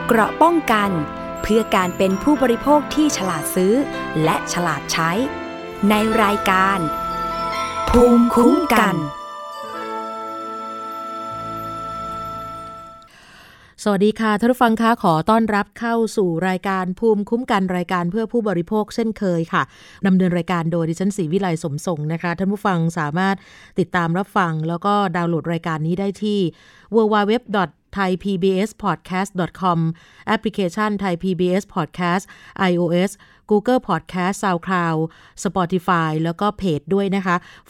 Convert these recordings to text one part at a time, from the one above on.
เกราะป้องกันเพื่อการเป็นผู้บริโภคที่ฉลาดซื้อและฉลาดใช้ในรายการภูมิคุ้มกันสวัสดีค่ะท่านผู้ฟังคะขอต้อนรับเข้าสู่รายการภูมิคุ้มกันรายการเพื่อผู้บริโภคเช่นเคยค่ะดำเนินรายการโดยดิฉันศรีวิไลสมทรงนะคะท่านผู้ฟังสามารถติดตามรับฟังแล้วก็ดาวน์โหลดรายการนี้ได้ที่ www.thaipbspodcast.com แอปพลิเคชัน Thai PBS Podcast iOS Google Podcast SoundCloud Spotify แล้วก็เพจด้วยนะคะ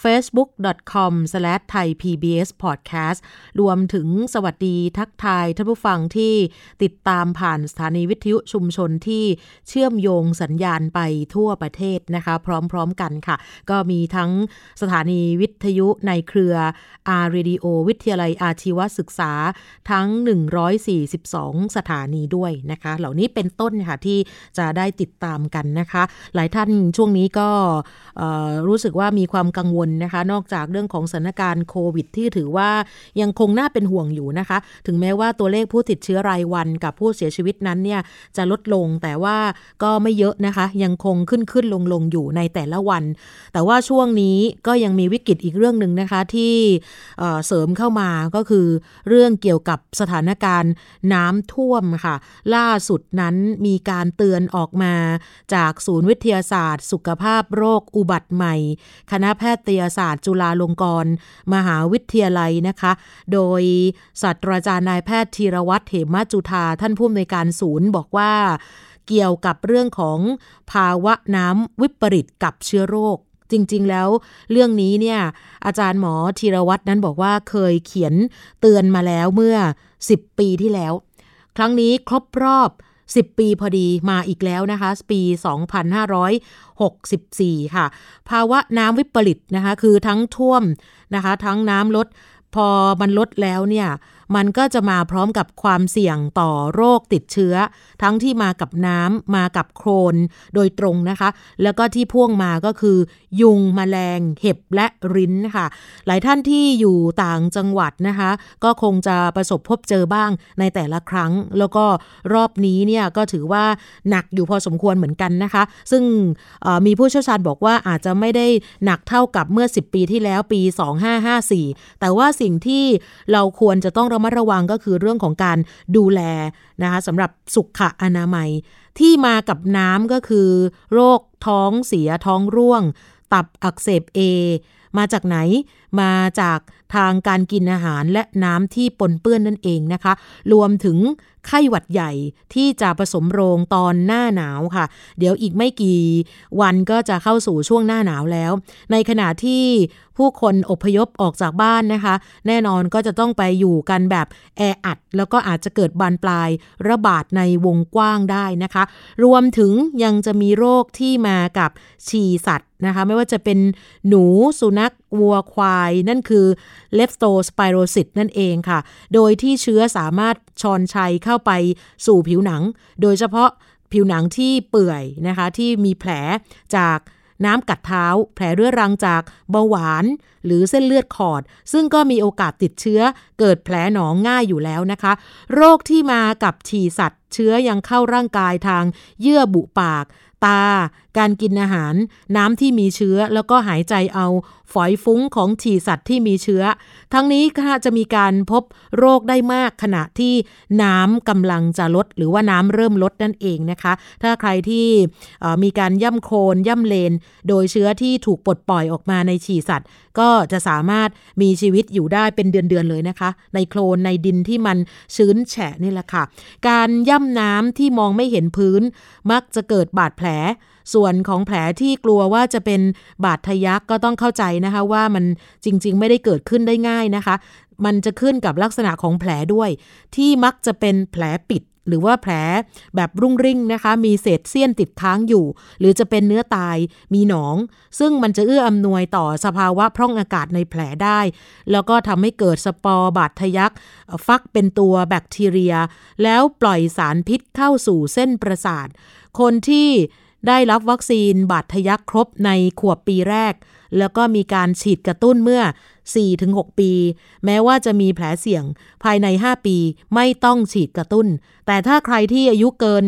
facebook.com/thaipbspodcast รวมถึงสวัสดีทักทายท่านผู้ฟังที่ติดตามผ่านสถานีวิทยุชุมชนที่เชื่อมโยงสัญญาณไปทั่วประเทศนะคะพร้อมๆกันค่ะก็มีทั้งสถานีวิทยุในเครือ R-Radio วิทยาลัยอาชีวศึกษาทั้ง142สถานีด้วยนะคะเหล่านี้เป็นต้นค่ะที่จะได้ติดตามกันนะคะหลายท่านช่วงนี้ก็รู้สึกว่ามีความกังวลนะคะนอกจากเรื่องของสถานการณ์โควิดที่ถือว่ายังคงน่าเป็นห่วงอยู่นะคะถึงแม้ว่าตัวเลขผู้ติดเชื้อรายวันกับผู้เสียชีวิตนั้นเนี่ยจะลดลงแต่ว่าก็ไม่เยอะนะคะยังคงขึ้นลงอยู่ในแต่ละวันแต่ว่าช่วงนี้ก็ยังมีวิกฤตอีกเรื่องนึงนะคะที่เสริมเข้ามาก็คือเรื่องเกี่ยวกับสถานการณ์น้ำท่วมค่ะล่าสุดนั้นมีการเตือนออกมาจากศูนย์วิทยาศาสตร์สุขภาพโรคอุบัติใหม่คณะแพทยศาสตร์จุฬาลงกรณ์มหาวิทยาลัยนะคะโดยศาสตราจารย์นายแพทย์ธีรวัฒน์เหมจุฑาท่านผู้อำนวยการศูนย์บอกว่าเกี่ยวกับเรื่องของภาวะน้ำวิปริตกับเชื้อโรคจริงๆแล้วเรื่องนี้เนี่ยอาจารย์หมอธีรวัฒน์นั้นบอกว่าเคยเขียนเตือนมาแล้วเมื่อ10ปีที่แล้วครั้งนี้ครบรอบ10ปีพอดีมาอีกแล้วนะคะปี2564ค่ะภาวะน้ำวิปริตนะคะคือทั้งท่วมนะคะทั้งน้ำลดพอมันลดแล้วเนี่ยมันก็จะมาพร้อมกับความเสี่ยงต่อโรคติดเชื้อทั้งที่มากับน้ำมากับโคลนโดยตรงนะคะแล้วก็ที่พ่วงมาก็คือยุงแมลงเห็บและริ้นค่ะหลายท่านที่อยู่ต่างจังหวัดนะคะก็คงจะประสบพบเจอบ้างในแต่ละครั้งแล้วก็รอบนี้เนี่ยก็ถือว่าหนักอยู่พอสมควรเหมือนกันนะคะซึ่งมีผู้เชี่ยวชาญบอกว่าอาจจะไม่ได้หนักเท่ากับเมื่อ10ปีที่แล้วปี2554แต่ว่าสิ่งที่เราควรจะต้องระมัดระวังก็คือเรื่องของการดูแลนะคะสำหรับสุขอนามัยที่มากับน้ำก็คือโรคท้องเสียท้องร่วงตับอักเสบมาจากไหนมาจากทางการกินอาหารและน้ำที่ปนเปื้อนนั่นเองนะคะรวมถึงไข้หวัดใหญ่ที่จะผสมโรงตอนหน้าหนาวค่ะเดี๋ยวอีกไม่กี่วันก็จะเข้าสู่ช่วงหน้าหนาวแล้วในขณะที่ผู้คนอพยพออกจากบ้านนะคะแน่นอนก็จะต้องไปอยู่กันแบบแออัดแล้วก็อาจจะเกิดบานปลายระบาดในวงกว้างได้นะคะรวมถึงยังจะมีโรคที่มากับฉี่สัตว์นะคะไม่ว่าจะเป็นหนูสุนัขวัวควายนั่นคือ Leptospirosis นั่นเองค่ะโดยที่เชื้อสามารถชอนชัยเข้าไปสู่ผิวหนังโดยเฉพาะผิวหนังที่เปื่อยนะคะที่มีแผลจากน้ำกัดเท้าแผลเรื้อรังจากเบาหวานหรือเส้นเลือดขอดซึ่งก็มีโอกาสติดเชื้อเกิดแผลหนองง่ายอยู่แล้วนะคะโรคที่มากับฉี่สัตว์เชื้อยังเข้าร่างกายทางเยื่อบุปากตาการกินอาหารน้ำที่มีเชื้อแล้วก็หายใจเอาฝอยฟุ้งของฉี่สัตว์ที่มีเชื้อทั้งนี้จะมีการพบโรคได้มากขณะที่น้ำกำลังจะลดหรือว่าน้ำเริ่มลดนั่นเองนะคะถ้าใครที่มีการย่ำโคลนย่ำเลนโดยเชื้อที่ถูกปลดปล่อยออกมาในฉี่สัตว์ก็จะสามารถมีชีวิตอยู่ได้เป็นเดือนๆเลยนะคะในโคลนในดินที่มันชื้นแฉะนี่แหละค่ะการย่ำน้ำที่มองไม่เห็นพื้นมักจะเกิดบาดแผลส่วนของแผลที่กลัวว่าจะเป็นบาดทะยักก็ต้องเข้าใจนะคะว่ามันจริงๆไม่ได้เกิดขึ้นได้ง่ายนะคะมันจะขึ้นกับลักษณะของแผลด้วยที่มักจะเป็นแผลปิดหรือว่าแผลแบบรุ่งริ่งนะคะมีเศษเสี้ยนติดค้างอยู่หรือจะเป็นเนื้อตายมีหนองซึ่งมันจะเอื้ออำนวยต่อสภาวะพร่องอากาศในแผลได้แล้วก็ทำให้เกิดสปอร์บาดทะยักฟักเป็นตัวแบคทีเรียแล้วปล่อยสารพิษเข้าสู่เส้นประสาทคนที่ได้รับวัคซีนบาดทะยักครบในขวบปีแรกแล้วก็มีการฉีดกระตุ้นเมื่อ 4-6 ปีแม้ว่าจะมีแผลเสี่ยงภายใน5ปีไม่ต้องฉีดกระตุ้นแต่ถ้าใครที่อายุเกิน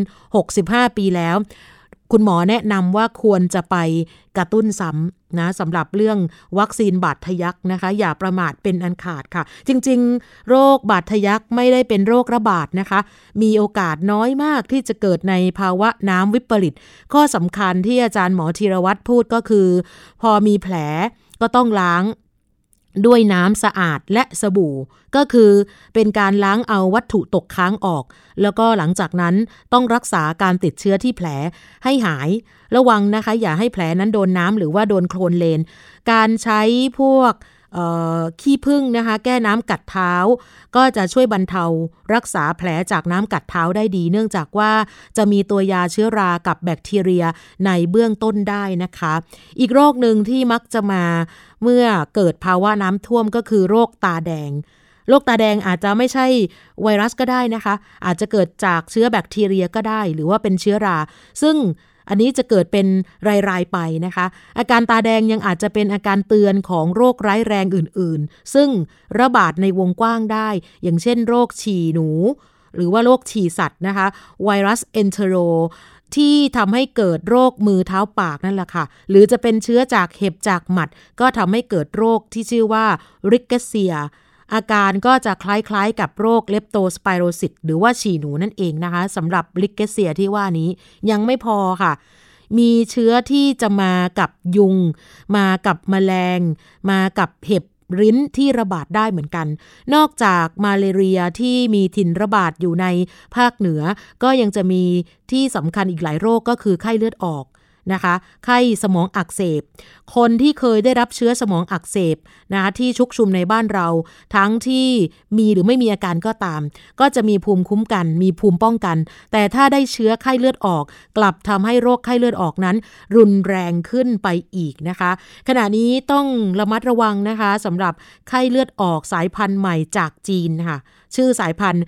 65ปีแล้วคุณหมอแนะนำว่าควรจะไปกระตุ้นซ้ำนะสำหรับเรื่องวัคซีนบาดทะยักนะคะอย่าประมาทเป็นอันขาดค่ะจริงๆโรคบาดทะยักไม่ได้เป็นโรคระบาดนะคะมีโอกาสน้อยมากที่จะเกิดในภาวะน้ำวิปริตข้อสำคัญที่อาจารย์หมอธีรวัตรพูดก็คือพอมีแผลก็ต้องล้างด้วยน้ำสะอาดและสบู่ก็คือเป็นการล้างเอาวัตถุตกค้างออกแล้วก็หลังจากนั้นต้องรักษาการติดเชื้อที่แผลให้หายระวังนะคะอย่าให้แผลนั้นโดนน้ำหรือว่าโดนโคลนเลนการใช้พวกขี้ผึ้งนะคะแก้น้ำกัดเท้าก็จะช่วยบรรเทารักษาแผลจากน้ำกัดเท้าได้ดีเนื่องจากว่าจะมีตัวยาเชื้อรากับแบคทีเรียในเบื้องต้นได้นะคะอีกโรคหนึ่งที่มักจะมาเมื่อเกิดภาวะน้ำท่วมก็คือโรคตาแดงโรคตาแดงอาจจะไม่ใช่ไวรัสก็ได้นะคะอาจจะเกิดจากเชื้อแบคทีเรียก็ได้หรือว่าเป็นเชื้อราซึ่งอันนี้จะเกิดเป็นรายๆไปนะคะอาการตาแดงยังอาจจะเป็นอาการเตือนของโรคร้ายแรงอื่นๆซึ่งระบาดในวงกว้างได้อย่างเช่นโรคฉี่หนูหรือว่าโรคฉี่สัตว์นะคะไวรัสเอนเทโรที่ทำให้เกิดโรคมือเท้าปากนั่นแหละค่ะหรือจะเป็นเชื้อจากเห็บจากหมัดก็ทำให้เกิดโรคที่ชื่อว่าริกเกเซียอาการก็จะคล้ายๆกับโรคเลปโตสไปโรซิสหรือว่าฉี่หนูนั่นเองนะคะสำหรับริกเกเซียที่ว่านี้ยังไม่พอค่ะมีเชื้อที่จะมากับยุงมากับแมลงมากับเห็บริ้นที่ระบาดได้เหมือนกันนอกจากมาเลเรียที่มีถิ่นระบาดอยู่ในภาคเหนือก็ยังจะมีที่สำคัญอีกหลายโรคก็คือไข้เลือดออกนะคะไข้สมองอักเสบคนที่เคยได้รับเชื้อสมองอักเสบนะคะที่ชุกชุมในบ้านเราทั้งที่มีหรือไม่มีอาการก็ตามก็จะมีภูมิคุ้มกันมีภูมิป้องกันแต่ถ้าได้เชื้อไข้เลือดออกกลับทำให้โรคไข้เลือดออกนั้นรุนแรงขึ้นไปอีกนะคะขณะนี้ต้องระมัดระวังนะคะสำหรับไข้เลือดออกสายพันธุ์ใหม่จากจีนค่ะชื่อสายพันธุ์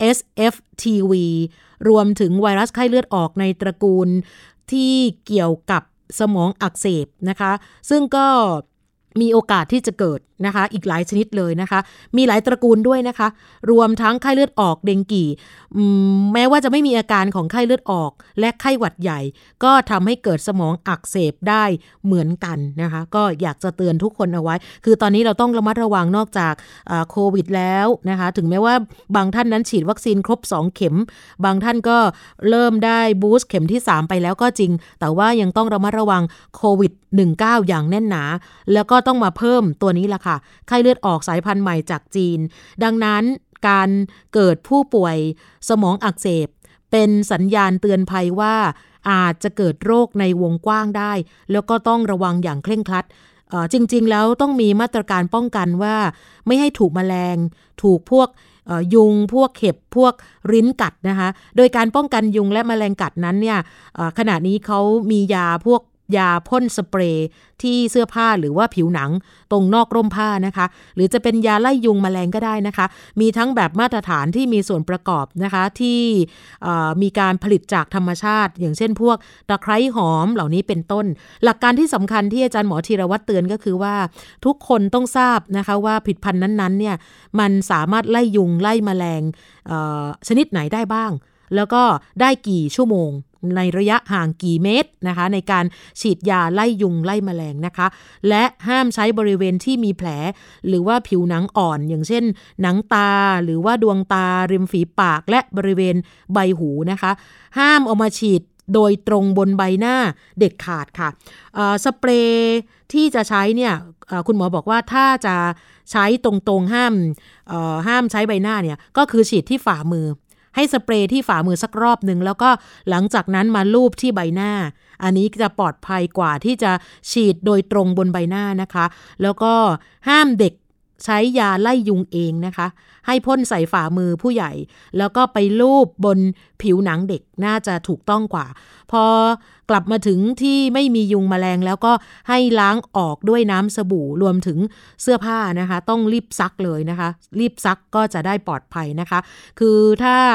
SFTV รวมถึงไวรัสไข้เลือดออกในตระกูลที่เกี่ยวกับสมองอักเสบนะคะซึ่งก็มีโอกาสที่จะเกิดนะคะอีกหลายชนิดเลยนะคะมีหลายตระกูลด้วยนะคะรวมทั้งไข้เลือดออกเดงกีแม้ว่าจะไม่มีอาการของไข้เลือดออกและไข้หวัดใหญ่ก็ทำให้เกิดสมองอักเสบได้เหมือนกันนะคะก็อยากจะเตือนทุกคนเอาไว้คือตอนนี้เราต้องระมัดระวังนอกจากโควิดแล้วนะคะถึงแม้ว่าบางท่านนั้นฉีดวัคซีนครบ2เข็มบางท่านก็เริ่มได้บูสต์เข็มที่3ไปแล้วก็จริงแต่ว่ายังต้องระมัดระวังโควิด-19 อย่างแน่นหนาแล้วก็ต้องมาเพิ่มตัวนี้ล่ะค่ะไข้เลือดออกสายพันธุ์ใหม่จากจีนดังนั้นการเกิดผู้ป่วยสมองอักเสบเป็นสัญญาณเตือนภัยว่าอาจจะเกิดโรคในวงกว้างได้แล้วก็ต้องระวังอย่างเคร่งครัดจริงๆแล้วต้องมีมาตรการป้องกันว่าไม่ให้ถูกแมลงถูกพวกยุงพวกเห็บพวกริ้นกัดนะคะโดยการป้องกันยุงและแมลงกัดนั้นเนี่ยขณะนี้เขามียาพวกยาพ่นสเปรย์ที่เสื้อผ้าหรือว่าผิวหนังตรงนอกร่มผ้านะคะหรือจะเป็นยาไล่ยุงแมลงก็ได้นะคะมีทั้งแบบมาตรฐานที่มีส่วนประกอบนะคะที่มีการผลิตจากธรรมชาติอย่างเช่นพวกตะไคร้หอมเหล่านี้เป็นต้นหลักการที่สำคัญที่อาจารย์หมอธีรวัตรเตือนก็คือว่าทุกคนต้องทราบนะคะว่าผลิตภัณฑ์นั้นๆเนี่ยมันสามารถไล่ยุงไล่แมลงชนิดไหนได้บ้างแล้วก็ได้กี่ชั่วโมงในระยะห่างกี่เมตรนะคะในการฉีดยาไล่ยุงไล่แมลงนะคะและห้ามใช้บริเวณที่มีแผลหรือว่าผิวหนังอ่อนอย่างเช่นหนังตาหรือว่าดวงตาริมฝีปากและบริเวณใบหูนะคะห้ามเอามาฉีดโดยตรงบนใบหน้าเด็ดขาดค่ะสเปรย์ที่จะใช้เนี่ยคุณหมอบอกว่าถ้าจะใช้ตรงๆห้ามใช้ใบหน้าเนี่ยก็คือฉีดที่ฝ่ามือให้สเปรย์ที่ฝ่ามือสักรอบนึงแล้วก็หลังจากนั้นมาลูบที่ใบหน้าอันนี้จะปลอดภัยกว่าที่จะฉีดโดยตรงบนใบหน้านะคะแล้วก็ห้ามเด็กใช้ยาไล่ยุงเองนะคะให้พ่นใส่ฝ่ามือผู้ใหญ่แล้วก็ไปลูบบนผิวหนังเด็กน่าจะถูกต้องกว่าพอกลับมาถึงที่ไม่มียุงแมลงแล้วก็ให้ล้างออกด้วยน้ำสบู่รวมถึงเสื้อผ้านะคะต้องรีบซักเลยนะคะรีบซักก็จะได้ปลอดภัยนะคะคือถ้า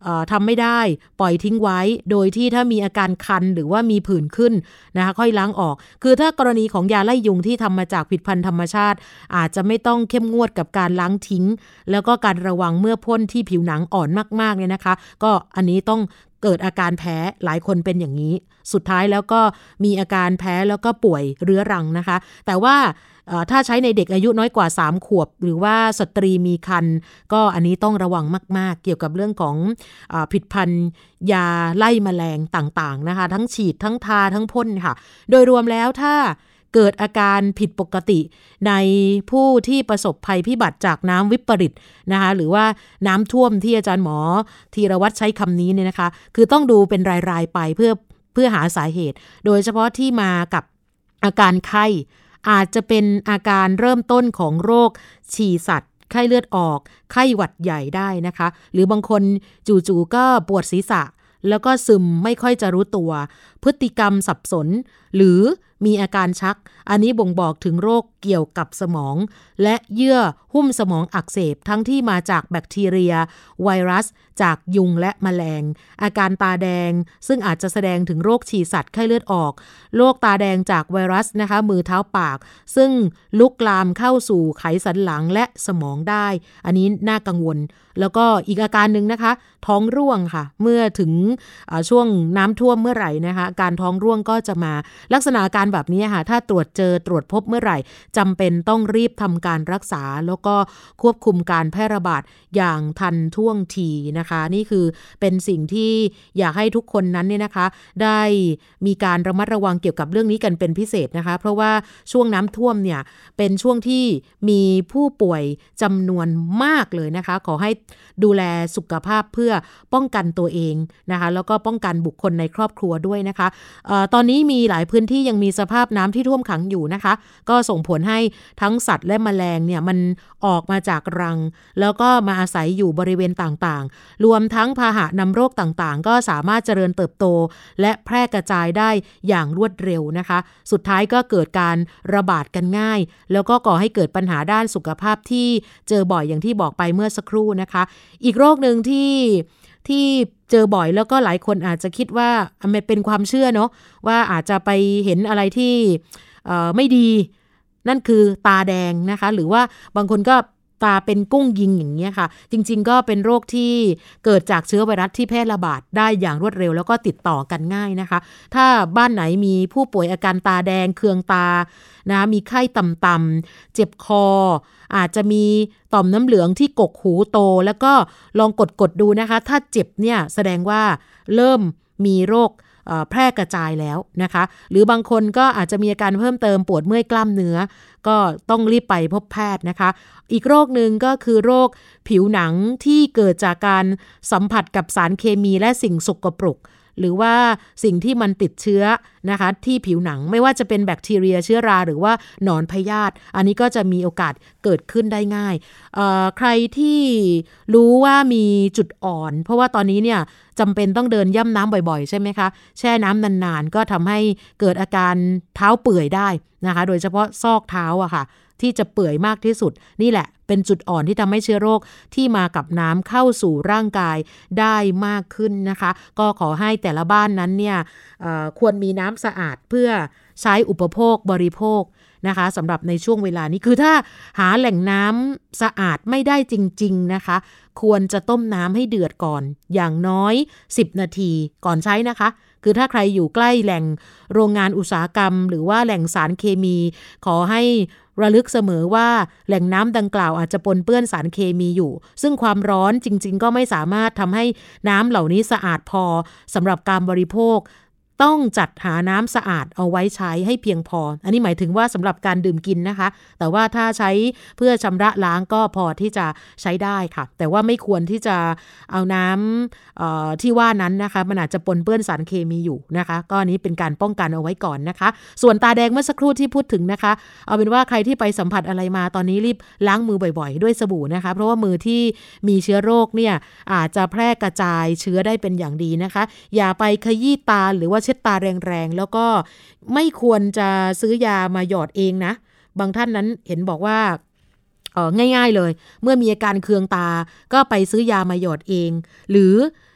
ทำไม่ได้ปล่อยทิ้งไว้โดยที่ถ้ามีอาการคันหรือว่ามีผื่นขึ้นนะคะค่อยล้างออกคือถ้ากรณีของยาไล่ยุงที่ทำมาจากผลิตภัณฑ์ธรรมชาติอาจจะไม่ต้องเข้มงวดกับการล้างทิ้งแล้วก็การระวังเมื่อพ่นที่ผิวหนังอ่อนมากๆเนี่ยนะคะก็อันนี้ต้องเกิดอาการแพ้หลายคนเป็นอย่างนี้สุดท้ายแล้วก็มีอาการแพ้แล้วก็ป่วยเรื้อรังนะคะแต่ว่าถ้าใช้ในเด็กอายุน้อยกว่า3ขวบหรือว่าสตรีมีครรภ์ก็อันนี้ต้องระวังมากๆเกี่ยวกับเรื่องของผลิตภัณฑ์ยาไล่แมลงต่างๆนะคะทั้งฉีดทั้งทาทั้งพ่นค่ะโดยรวมแล้วถ้าเกิดอาการผิดปกติในผู้ที่ประสบภัยพิบัติจากน้ำวิปริตนะคะหรือว่าน้ำท่วมที่อาจารย์หมอธีรวัฒน์ใช้คำนี้เนี่ยนะคะคือต้องดูเป็นรายๆไปเพื่อหาสาเหตุโดยเฉพาะที่มากับอาการไข้อาจจะเป็นอาการเริ่มต้นของโรคฉี่สัตว์ไข้เลือดออกไข้หวัดใหญ่ได้นะคะหรือบางคนจู่ๆก็ปวดศีรษะแล้วก็ซึมไม่ค่อยจะรู้ตัวพฤติกรรมสับสนหรือมีอาการชักอันนี้บ่งบอกถึงโรคเกี่ยวกับสมองและเยื่อหุ้มสมองอักเสบทั้งที่มาจากแบคทีเรียไวรัสจากยุงและแมลงอาการตาแดงซึ่งอาจจะแสดงถึงโรคฉี่สัตว์ไข้เลือดออกโรคตาแดงจากไวรัสนะคะมือเท้าปากซึ่งลุกลามเข้าสู่ไขสันหลังและสมองได้อันนี้น่ากังวลแล้วก็อีกอาการนึงนะคะท้องร่วงค่ะเมื่อถึงช่วงน้ำท่วมเมื่อไหร่นะคะการท้องร่วงก็จะมาลักษณะอาการแบบนี้ค่ะถ้าตรวจพบเมื่อไหร่จำเป็นต้องรีบทำการรักษาแล้วก็ควบคุมการแพร่ระบาดอย่างทันท่วงทีนะคะนี่คือเป็นสิ่งที่อยากให้ทุกคนนั้นเนี่ยนะคะได้มีการระมัดระวังเกี่ยวกับเรื่องนี้กันเป็นพิเศษนะคะเพราะว่าช่วงน้ำท่วมเนี่ยเป็นช่วงที่มีผู้ป่วยจำนวนมากเลยนะคะขอให้ดูแลสุขภาพเพื่อป้องกันตัวเองนะคะแล้วก็ป้องกันบุคคลในครอบครัวด้วยนะคะตอนนี้มีหลายพื้นที่ยังมีสภาพน้ำที่ท่วมขังอยู่นะคะก็ส่งผลให้ทั้งสัตว์และแมลงเนี่ยมันออกมาจากรังแล้วก็มาอาศัยอยู่บริเวณต่างๆรวมทั้งพาหะนำโรคต่างๆก็สามารถเจริญเติบโตและแพร่กระจายได้อย่างรวดเร็วนะคะสุดท้ายก็เกิดการระบาดกันง่ายแล้วก็ก่อให้เกิดปัญหาด้านสุขภาพที่เจอบ่อยอย่างที่บอกไปเมื่อสักครู่นะคะอีกโรคนึงที่เจอบ่อยแล้วก็หลายคนอาจจะคิดว่ามันเป็นความเชื่อเนาะว่าอาจจะไปเห็นอะไรที่ไม่ดีนั่นคือตาแดงนะคะหรือว่าบางคนก็ตาเป็นกุ้งยิงอย่างเงี้ยค่ะจริงๆก็เป็นโรคที่เกิดจากเชื้อไวรัสที่แพร่ระบาดได้อย่างรวดเร็วแล้วก็ติดต่อกันง่ายนะคะถ้าบ้านไหนมีผู้ป่วยอาการตาแดงเคืองตานะมีไข้ต่ำๆเจ็บคออาจจะมีต่อมน้ำเหลืองที่กกหูโตแล้วก็ลองกดดูนะคะถ้าเจ็บเนี่ยแสดงว่าเริ่มมีโรคแพร่กระจายแล้วนะคะหรือบางคนก็อาจจะมีอาการเพิ่มเติมปวดเมื่อยกล้ามเนื้อก็ต้องรีบไปพบแพทย์นะคะอีกโรคนึงก็คือโรคผิวหนังที่เกิดจากการสัมผัสกับสารเคมีและสิ่งสกปรกหรือว่าสิ่งที่มันติดเชื้อนะคะที่ผิวหนังไม่ว่าจะเป็นแบคทีเรียเชื้อราหรือว่าหนอนพยาธิอันนี้ก็จะมีโอกาสเกิดขึ้นได้ง่ายใครที่รู้ว่ามีจุดอ่อนเพราะว่าตอนนี้เนี่ยจำเป็นต้องเดินย่ำน้ำบ่อยๆใช่ไหมคะแช่น้ำนานๆก็ทำให้เกิดอาการเท้าเปื่อยได้นะคะโดยเฉพาะซอกเท้าอะค่ะที่จะเปื่อยมากที่สุดนี่แหละเป็นจุดอ่อนที่ทำให้เชื้อโรคที่มากับน้ำเข้าสู่ร่างกายได้มากขึ้นนะคะก็ขอให้แต่ละบ้านนั้นเนี่ยควรมีน้ำสะอาดเพื่อใช้อุปโภคบริโภคนะคะสำหรับในช่วงเวลานี้คือถ้าหาแหล่งน้ำสะอาดไม่ได้จริงๆนะคะควรจะต้มน้ำให้เดือดก่อนอย่างน้อย10นาทีก่อนใช้นะคะคือถ้าใครอยู่ใกล้แหล่งโรงงานอุตสาหกรรมหรือว่าแหล่งสารเคมีขอให้ระลึกเสมอว่าแหล่งน้ำดังกล่าวอาจจะปนเปื้อนสารเคมีอยู่ซึ่งความร้อนจริงๆก็ไม่สามารถทำให้น้ำเหล่านี้สะอาดพอสำหรับการบริโภคต้องจัดหาน้ำสะอาดเอาไว้ใช้ให้เพียงพออันนี้หมายถึงว่าสำหรับการดื่มกินนะคะแต่ว่าถ้าใช้เพื่อชำระล้างก็พอที่จะใช้ได้ค่ะแต่ว่าไม่ควรที่จะเอาน้ำที่ว่านั้นนะคะมันอาจจะปนเปื้อนสารเคมีอยู่นะคะก็อันนี้เป็นการป้องกันเอาไว้ก่อนนะคะส่วนตาแดงเมื่อสักครู่ที่พูดถึงนะคะเอาเป็นว่าใครที่ไปสัมผัสอะไรมาตอนนี้รีบล้างมือบ่อยๆด้วยสบู่นะคะเพราะว่ามือที่มีเชื้อโรคเนี่ยอาจจะแพร่กระจายเชื้อได้เป็นอย่างดีนะคะอย่าไปขยี้ตาหรือว่าเช็ดตาแรงๆแล้วก็ไม่ควรจะซื้อยามาหยอดเองนะบางท่านนั้นเห็นบอกว่าง่ายๆเลยเมื่อมีอาการเคืองตาก็ไปซื้อยามาหยอดเองหรือ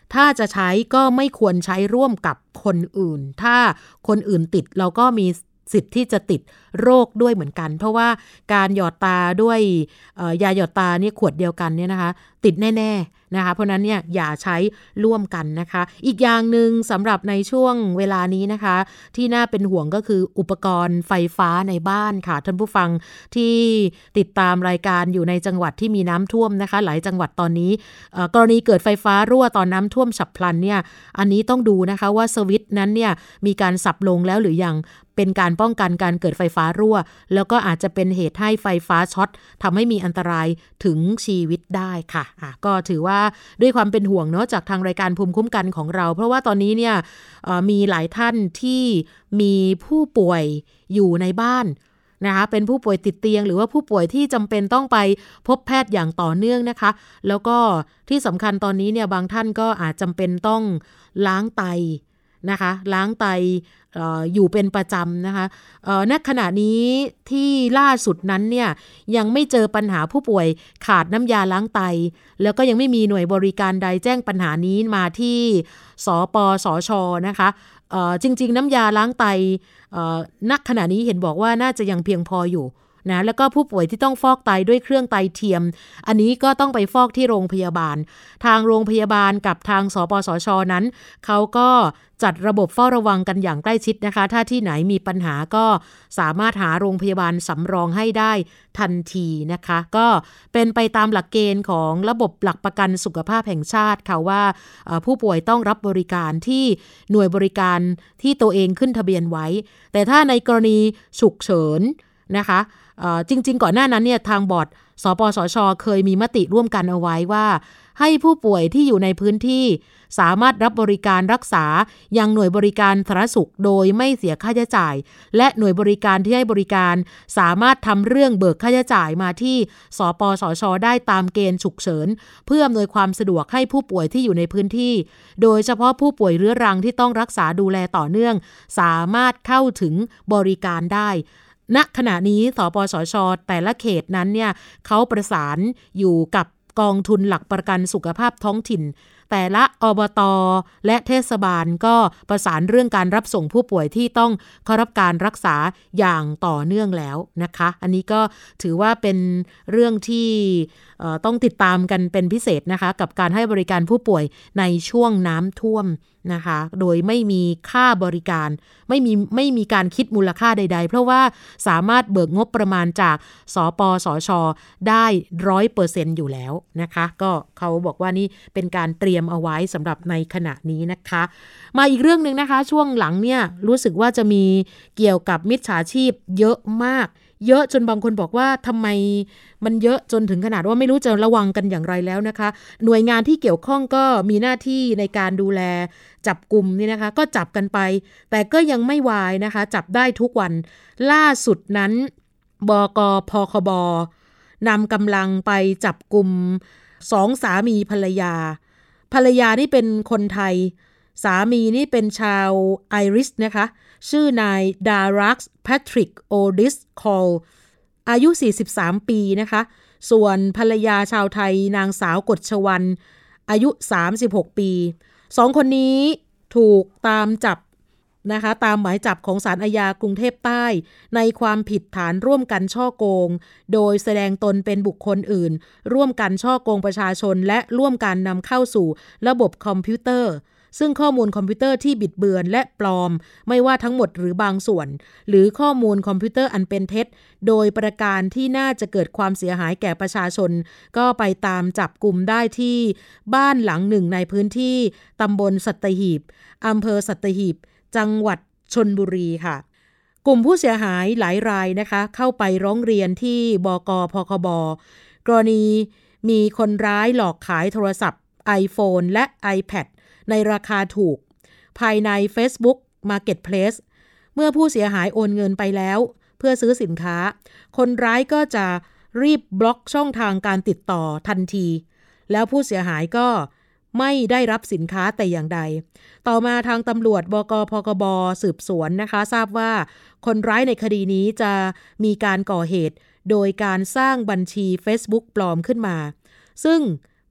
ถ้าจะใช้ก็ไม่ควรใช้ร่วมกับคนอื่นถ้าคนอื่นติดเราก็มีสิทธิ์ที่จะติดโรคด้วยเหมือนกันเพราะว่าการหยอดตาด้วยยาหยอดตาเนี่ยขวดเดียวกันเนี่ยนะคะติดแน่ๆนะคะเพราะนั้นเนี่ยอย่าใช้ร่วมกันนะคะอีกอย่างนึงสำหรับในช่วงเวลานี้นะคะที่น่าเป็นห่วงก็คืออุปกรณ์ไฟฟ้าในบ้านค่ะท่านผู้ฟังที่ติดตามรายการอยู่ในจังหวัดที่มีน้ำท่วมนะคะหลายจังหวัดตอนนี้กรณีเกิดไฟฟ้ารั่วตอนน้ำท่วมฉับพลันเนี่ยอันนี้ต้องดูนะคะว่าสวิตช์นั้นเนี่ยมีการสับลงแล้วหรือยังเป็นการป้องกันการเกิดไฟฟ้ารั่วแล้วก็อาจจะเป็นเหตุให้ไฟฟ้าช็อตทำให้มีอันตรายถึงชีวิตได้ค่ะก็ถือว่าด้วยความเป็นห่วงเนาะจากทางรายการภูมิคุ้มกันของเราเพราะว่าตอนนี้เนี่ยมีหลายท่านที่มีผู้ป่วยอยู่ในบ้านนะคะเป็นผู้ป่วยติดเตียงหรือว่าผู้ป่วยที่จำเป็นต้องไปพบแพทย์อย่างต่อเนื่องนะคะแล้วก็ที่สำคัญตอนนี้เนี่ยบางท่านก็อาจจำเป็นต้องล้างไตนะคะล้างไตอยู่เป็นประจำนะคะณขณะนี้ที่ล่าสุดนั้นเนี่ยยังไม่เจอปัญหาผู้ป่วยขาดน้ำยาล้างไตแล้วก็ยังไม่มีหน่วยบริการใดแจ้งปัญหานี้มาที่สปสช.นะคะจริงๆน้ำยาล้างไตณขณะนี้เห็นบอกว่าน่าจะยังเพียงพออยู่นะแล้วก็ผู้ป่วยที่ต้องฟอกไตด้วยเครื่องไตเทียมอันนี้ก็ต้องไปฟอกที่โรงพยาบาลทางโรงพยาบาลกับทางสปสช.นั้นเขาก็จัดระบบเฝ้าระวังกันอย่างใกล้ชิดนะคะถ้าที่ไหนมีปัญหาก็สามารถหาโรงพยาบาลสำรองให้ได้ทันทีนะคะก็เป็นไปตามหลักเกณฑ์ของระบบหลักประกันสุขภาพแห่งชาติค่ะว่าผู้ป่วยต้องรับบริการที่หน่วยบริการที่ตัวเองขึ้นทะเบียนไว้แต่ถ้าในกรณีฉุกเฉินนะคะจริงๆก่อนหน้านั้นเนี่ยทางบอร์ดสปสช.เคยมีมติร่วมกันเอาไว้ว่าให้ผู้ป่วยที่อยู่ในพื้นที่สามารถรับบริการรักษายังหน่วยบริการสาธารณสุขโดยไม่เสียค่าใช้จ่ายและหน่วยบริการที่ให้บริการสามารถทำเรื่องเบิกค่าใช้จ่ายมาที่สปสช.ได้ตามเกณฑ์ฉุกเฉินเพื่ออำนวยความสะดวกให้ผู้ป่วยที่อยู่ในพื้นที่โดยเฉพาะผู้ป่วยเรื้อรังที่ต้องรักษาดูแลต่อเนื่องสามารถเข้าถึงบริการได้ณขณะนี้สปสช.แต่ละเขตนั้นเนี่ยเขาประสานอยู่กับกองทุนหลักประกันสุขภาพท้องถิ่นแต่ละอบต.และเทศบาลก็ประสานเรื่องการรับส่งผู้ป่วยที่ต้องเข้ารับการรักษาอย่างต่อเนื่องแล้วนะคะอันนี้ก็ถือว่าเป็นเรื่องที่ต้องติดตามกันเป็นพิเศษนะคะกับการให้บริการผู้ป่วยในช่วงน้ำท่วมนะคะโดยไม่มีค่าบริการไม่มีการคิดมูลค่าใดๆเพราะว่าสามารถเบิกงบประมาณจากสปสช.ได้ 100% อยู่แล้วนะคะก็เขาบอกว่านี่เป็นการเตรียมเอาไว้สำหรับในขณะนี้นะคะมาอีกเรื่องนึงนะคะช่วงหลังเนี่ยรู้สึกว่าจะมีเกี่ยวกับมิจฉาชีพเยอะมากเยอะจนบางคนบอกว่าทำไมมันเยอะจนถึงขนาดว่าไม่รู้จะระวังกันอย่างไรแล้วนะคะหน่วยงานที่เกี่ยวข้องก็มีหน้าที่ในการดูแลจับกุมนี่นะคะก็จับกันไปแต่ก็ยังไม่วายนะคะจับได้ทุกวันล่าสุดนั้นบก.พคบ.นำกำลังไปจับกุม2สามีภรรยานี่เป็นคนไทยสามีนี่เป็นชาวไอริชนะคะชื่อนายดารักซ์แพทริกโอดิสคอลอายุ43ปีนะคะส่วนภรรยาชาวไทยนางสาวกฎชวรรณอายุ36ปี2คนนี้ถูกตามจับนะคะตามหมายจับของศาลอาญากรุงเทพใต้ในความผิดฐานร่วมกันฉ้อโกงโดยแสดงตนเป็นบุคคลอื่นร่วมกันฉ้อโกงประชาชนและร่วมกันนำเข้าสู่ระบบคอมพิวเตอร์ซึ่งข้อมูลคอมพิวเตอร์ที่บิดเบือนและปลอมไม่ว่าทั้งหมดหรือบางส่วนหรือข้อมูลคอมพิวเตอร์อันเป็นเท็จโดยประการที่น่าจะเกิดความเสียหายแก่ประชาชนก็ไปตามจับกุมได้ที่บ้านหลังหนึ่งในพื้นที่ตำบลสัตหีบอำเภอสัตหีบจังหวัดชลบุรีค่ะกลุ่มผู้เสียหายหลายรายนะคะเข้าไปร้องเรียนที่บก.พคบ.กรณีมีคนร้ายหลอกขายโทรศัพท์ iPhone และ iPad ในราคาถูกภายใน Facebook Marketplace เมื่อผู้เสียหายโอนเงินไปแล้วเพื่อซื้อสินค้าคนร้ายก็จะรีบบล็อกช่องทางการติดต่อทันทีแล้วผู้เสียหายก็ไม่ได้รับสินค้าแต่อย่างใดต่อมาทางตำรวจบก.พคบ.สืบสวนนะคะทราบว่าคนร้ายในคดีนี้จะมีการก่อเหตุโดยการสร้างบัญชี Facebook ปลอมขึ้นมาซึ่ง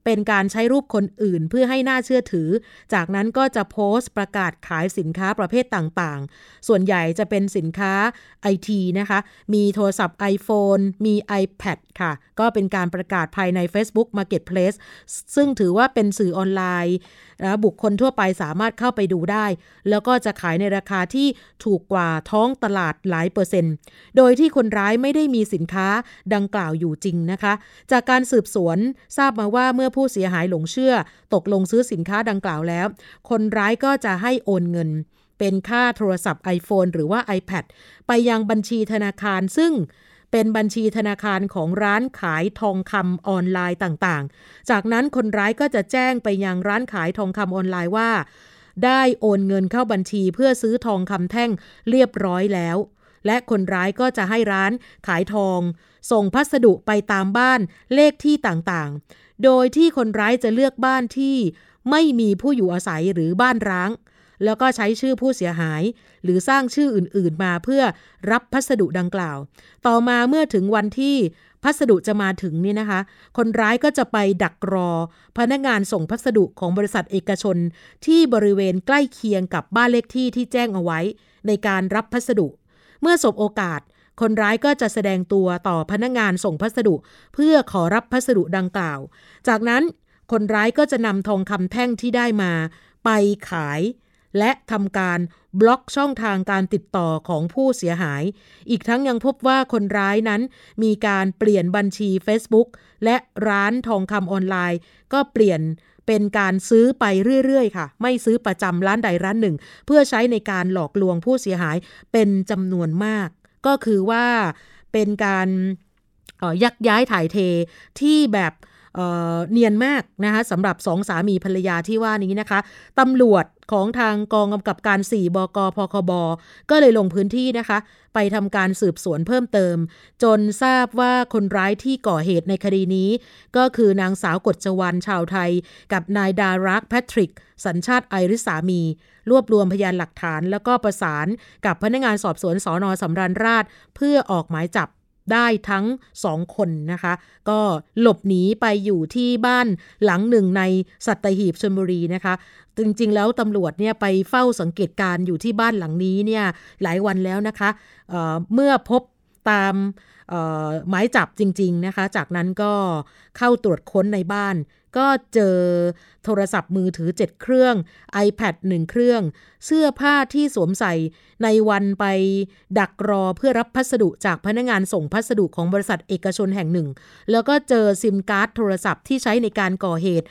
เป็นการใช้รูปคนอื่นเพื่อให้น่าเชื่อถือจากนั้นก็จะโพสต์ประกาศขายสินค้าประเภทต่างๆส่วนใหญ่จะเป็นสินค้า IT นะคะมีโทรศัพท์ iPhone มี iPad ค่ะก็เป็นการประกาศภายใน Facebook Marketplace ซึ่งถือว่าเป็นสื่อออนไลน์บุคคลทั่วไปสามารถเข้าไปดูได้แล้วก็จะขายในราคาที่ถูกกว่าท้องตลาดหลายเปอร์เซ็นต์โดยที่คนร้ายไม่ได้มีสินค้าดังกล่าวอยู่จริงนะคะจากการสืบสวนทราบมาว่าเมื่อผู้เสียหายหลงเชื่อตกลงซื้อสินค้าดังกล่าวแล้วคนร้ายก็จะให้โอนเงินเป็นค่าโทรศัพท์ iPhone หรือว่า iPad ไปยังบัญชีธนาคารซึ่งเป็นบัญชีธนาคารของร้านขายทองคำออนไลน์ต่างๆจากนั้นคนร้ายก็จะแจ้งไปยังร้านขายทองคำออนไลน์ว่าได้โอนเงินเข้าบัญชีเพื่อซื้อทองคำแท่งเรียบร้อยแล้วและคนร้ายก็จะให้ร้านขายทองส่งพัสดุไปตามบ้านเลขที่ต่างๆโดยที่คนร้ายจะเลือกบ้านที่ไม่มีผู้อยู่อาศัยหรือบ้านร้างแล้วก็ใช้ชื่อผู้เสียหายหรือสร้างชื่ออื่นๆมาเพื่อรับพัสดุดังกล่าวต่อมาเมื่อถึงวันที่พัสดุจะมาถึงนี่นะคะคนร้ายก็จะไปดักรอพนักงานส่งพัสดุของบริษัทเอกชนที่บริเวณใกล้เคียงกับบ้านเลขที่ที่แจ้งเอาไว้ในการรับพัสดุเมื่อสบโอกาสคนร้ายก็จะแสดงตัวต่อพนักงานส่งพัสดุเพื่อขอรับพัสดุดังกล่าวจากนั้นคนร้ายก็จะนำทองคำแท่งที่ได้มาไปขายและทำการบล็อกช่องทางการติดต่อของผู้เสียหายอีกทั้งยังพบว่าคนร้ายนั้นมีการเปลี่ยนบัญชี Facebook และร้านทองคำออนไลน์ก็เปลี่ยนเป็นการซื้อไปเรื่อยๆค่ะไม่ซื้อประจำร้านใดร้านหนึ่งเพื่อใช้ในการหลอกลวงผู้เสียหายเป็นจำนวนมากก็คือว่าเป็นการยักย้ายถ่ายเทที่แบบเนียนมากนะคะสำหรับสองสามีภรรยาที่ว่านี้นะคะตำรวจของทางกองกำกับการ4บกพคบก็เลยลงพื้นที่นะคะไปทำการสืบสวนเพิ่มเติมจนทราบว่าคนร้ายที่ก่อเหตุในคดีนี้ก็คือนางสาวกฎจวรรณชาวไทยกับนายดารักแพทริกสัญชาติไอริสสามีรวบรวมพยานหลักฐานแล้วก็ประสานกับพนักงานสอบสวนสน.สำราญราษฎร์เพื่อออกหมายจับได้ทั้ง2คนนะคะก็หลบหนีไปอยู่ที่บ้านหลังหนึ่งในสัตหีบชลบุรีนะคะจริงๆแล้วตำรวจเนี่ยไปเฝ้าสังเกตการอยู่ที่บ้านหลังนี้เนี่ยหลายวันแล้วนะคะเมื่อพบตามหมายจับจริงๆนะคะจากนั้นก็เข้าตรวจค้นในบ้านก็เจอโทรศัพท์มือถือ7เครื่อง iPad 1เครื่องเสื้อผ้าที่สวมใส่ในวันไปดักรอเพื่อรับพัสดุจากพนักงานส่งพัสดุของบริษัทเอกชนแห่งหนึ่งแล้วก็เจอซิมการ์ดโทรศัพท์ที่ใช้ในการก่อเหตุ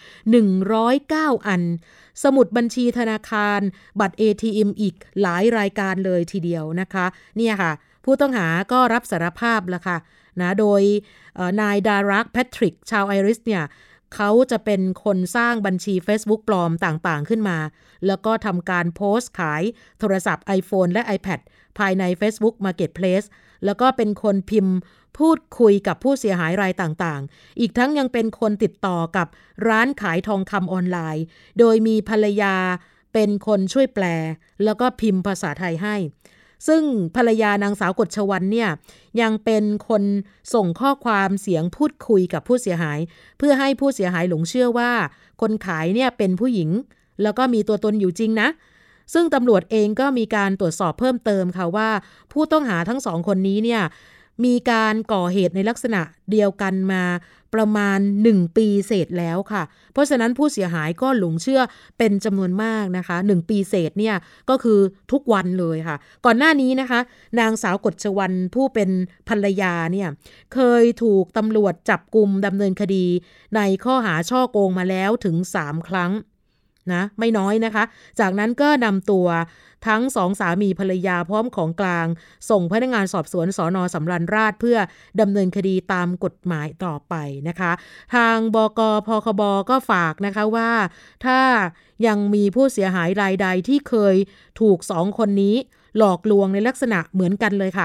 109อันสมุดบัญชีธนาคารบัตร ATM อีกหลายรายการเลยทีเดียวนะคะเนี่ยค่ะผู้ต้องหาก็รับสารภาพแล้วค่ะนะโดยนายดารักแพทริกชาวไอริสเนี่ยเขาจะเป็นคนสร้างบัญชี Facebook ปลอมต่างๆขึ้นมาแล้วก็ทำการโพสต์ขายโทรศัพท์ iPhone และ iPad ภายใน Facebook Marketplace แล้วก็เป็นคนพิมพ์พูดคุยกับผู้เสียหายรายต่างๆอีกทั้งยังเป็นคนติดต่อกับร้านขายทองคำออนไลน์โดยมีภรรยาเป็นคนช่วยแปลแล้วก็พิมพ์ภาษาไทยให้ซึ่งภรรยานางสาวกฎชวรรณเนี่ยยังเป็นคนส่งข้อความเสียงพูดคุยกับผู้เสียหายเพื่อให้ผู้เสียหายหลงเชื่อว่าคนขายเนี่ยเป็นผู้หญิงแล้วก็มีตัวตนอยู่จริงนะซึ่งตำรวจเองก็มีการตรวจสอบเพิ่มเติมค่ะว่าผู้ต้องหาทั้งสองคนนี้เนี่ยมีการก่อเหตุในลักษณะเดียวกันมาประมาณ1ปีเศษแล้วค่ะเพราะฉะนั้นผู้เสียหายก็หลงเชื่อเป็นจำนวนมากนะคะ1ปีเศษเนี่ยก็คือทุกวันเลยค่ะก่อนหน้านี้นะคะนางสาวกฎชวรรณผู้เป็นภรรยาเนี่ยเคยถูกตำรวจจับกุมดำเนินคดีในข้อหาฉ้อโกงมาแล้วถึง3ครั้งนะไม่น้อยนะคะจากนั้นก็นำตัวทั้ง2สามีภรรยาพร้อมของกลางส่งพนักงานสอบสวนสน.สำราญราษฎร์เพื่อดำเนินคดีตามกฎหมายต่อไปนะคะทางบก.พคบ.ก็ฝากนะคะว่าถ้ายังมีผู้เสียหายรายใดที่เคยถูก2คนนี้หลอกลวงในลักษณะเหมือนกันเลยค่ะ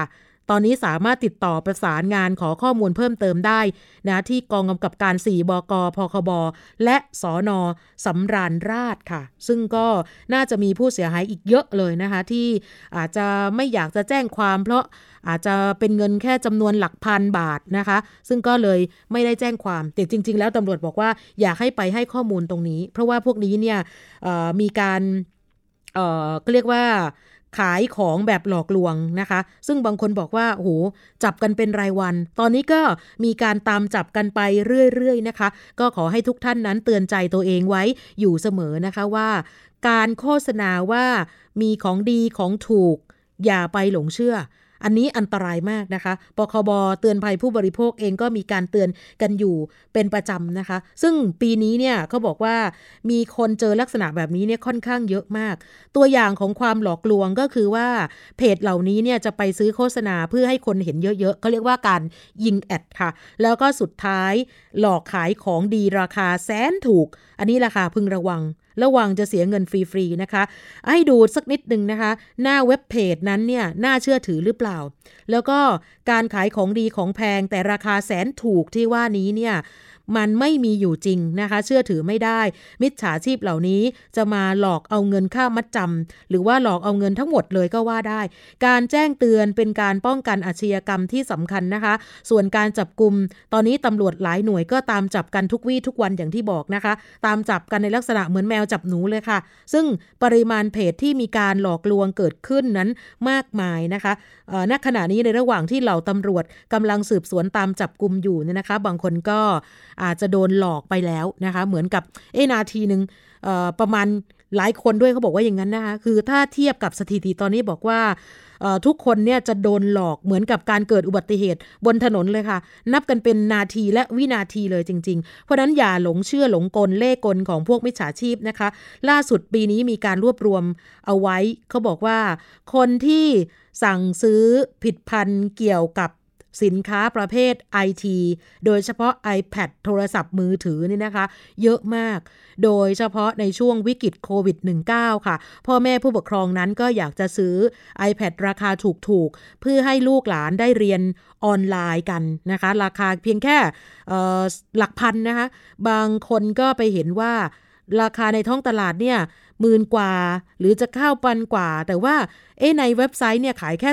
ตอนนี้สามารถติดต่อประสานงานขอข้อมูลเพิ่มเติมได้นะที่กองกำกับการ4บก.พคบ.และสน.สำราญราษฎร์ค่ะซึ่งก็น่าจะมีผู้เสียหายอีกเยอะเลยนะคะที่อาจจะไม่อยากจะแจ้งความเพราะอาจจะเป็นเงินแค่จำนวนหลักพันบาทนะคะซึ่งก็เลยไม่ได้แจ้งความแต่จริงๆแล้วตำรวจบอกว่าอยากให้ไปให้ข้อมูลตรงนี้เพราะว่าพวกนี้เนี่ยมีการก็เรียกว่าขายของแบบหลอกลวงนะคะซึ่งบางคนบอกว่าโอ้โหจับกันเป็นรายวันตอนนี้ก็มีการตามจับกันไปเรื่อยๆนะคะก็ขอให้ทุกท่านนั้นเตือนใจตัวเองไว้อยู่เสมอนะคะว่าการโฆษณาว่ามีของดีของถูกอย่าไปหลงเชื่ออันนี้อันตรายมากนะคะปคบ.เตือนภัยผู้บริโภคเองก็มีการเตือนกันอยู่เป็นประจำนะคะซึ่งปีนี้เนี่ยเขาบอกว่ามีคนเจอลักษณะแบบนี้เนี่ยค่อนข้างเยอะมากตัวอย่างของความหลอกลวงก็คือว่าเพจเหล่านี้เนี่ยจะไปซื้อโฆษณาเพื่อให้คนเห็นเยอะๆเขาเรียกว่าการยิงแอดค่ะแล้วก็สุดท้ายหลอกขายของดีราคาแสนถูกอันนี้ราคาพึงระวังจะเสียเงินฟรีๆนะคะให้ดูสักนิดนึงนะคะหน้าเว็บเพจนั้นเนี่ยน่าเชื่อถือหรือเปล่าแล้วก็การขายของดีของแพงแต่ราคาแสนถูกที่ว่านี้เนี่ยมันไม่มีอยู่จริงนะคะเชื่อถือไม่ได้มิจฉาชีพเหล่านี้จะมาหลอกเอาเงินค่ามัดจำหรือว่าหลอกเอาเงินทั้งหมดเลยก็ว่าได้การแจ้งเตือนเป็นการป้องกันอาชญากรรมที่สำคัญนะคะส่วนการจับกุมตอนนี้ตำรวจหลายหน่วยก็ตามจับกันทุกวี่ทุกวันอย่างที่บอกนะคะตามจับกันในลักษณะเหมือนแมวจับหนูเลยค่ะซึ่งปริมาณเพจที่มีการหลอกลวงเกิดขึ้นนั้นมากมายนะคะณขณะนี้ในระหว่างที่เหล่าตำรวจกำลังสืบสวนตามจับกุมอยู่เนี่ยนะคะบางคนก็อาจจะโดนหลอกไปแล้วนะคะเหมือนกับนาทีนึงประมาณหลายคนด้วยเขาบอกว่าอย่างนั้นนะคะคือถ้าเทียบกับสถิติตอนนี้บอกว่าทุกคนเนี่ยจะโดนหลอกเหมือนกับการเกิดอุบัติเหตุบนถนนเลยค่ะนับกันเป็นนาทีและวินาทีเลยจริงๆเพราะนั้นอย่าหลงเชื่อหลงกลเล่ห์กลของพวกมิจฉาชีพนะคะล่าสุดปีนี้มีการรวบรวมเอาไว้เขาบอกว่าคนที่สั่งซื้อผิดพันธุ์เกี่ยวกับสินค้าประเภท IT โดยเฉพาะ iPad โทรศัพท์มือถือนี่นะคะเยอะมากโดยเฉพาะในช่วงวิกฤตโควิด -19 ค่ะพ่อแม่ผู้ปกครองนั้นก็อยากจะซื้อ iPad ราคาถูกๆเพื่อให้ลูกหลานได้เรียนออนไลน์กันนะคะราคาเพียงแค่หลักพันนะคะบางคนก็ไปเห็นว่าราคาในท้องตลาดเนี่ย10,000 กว่าหรือจะเข้าพันกว่าแต่ว่าในเว็บไซต์เนี่ยขายแค่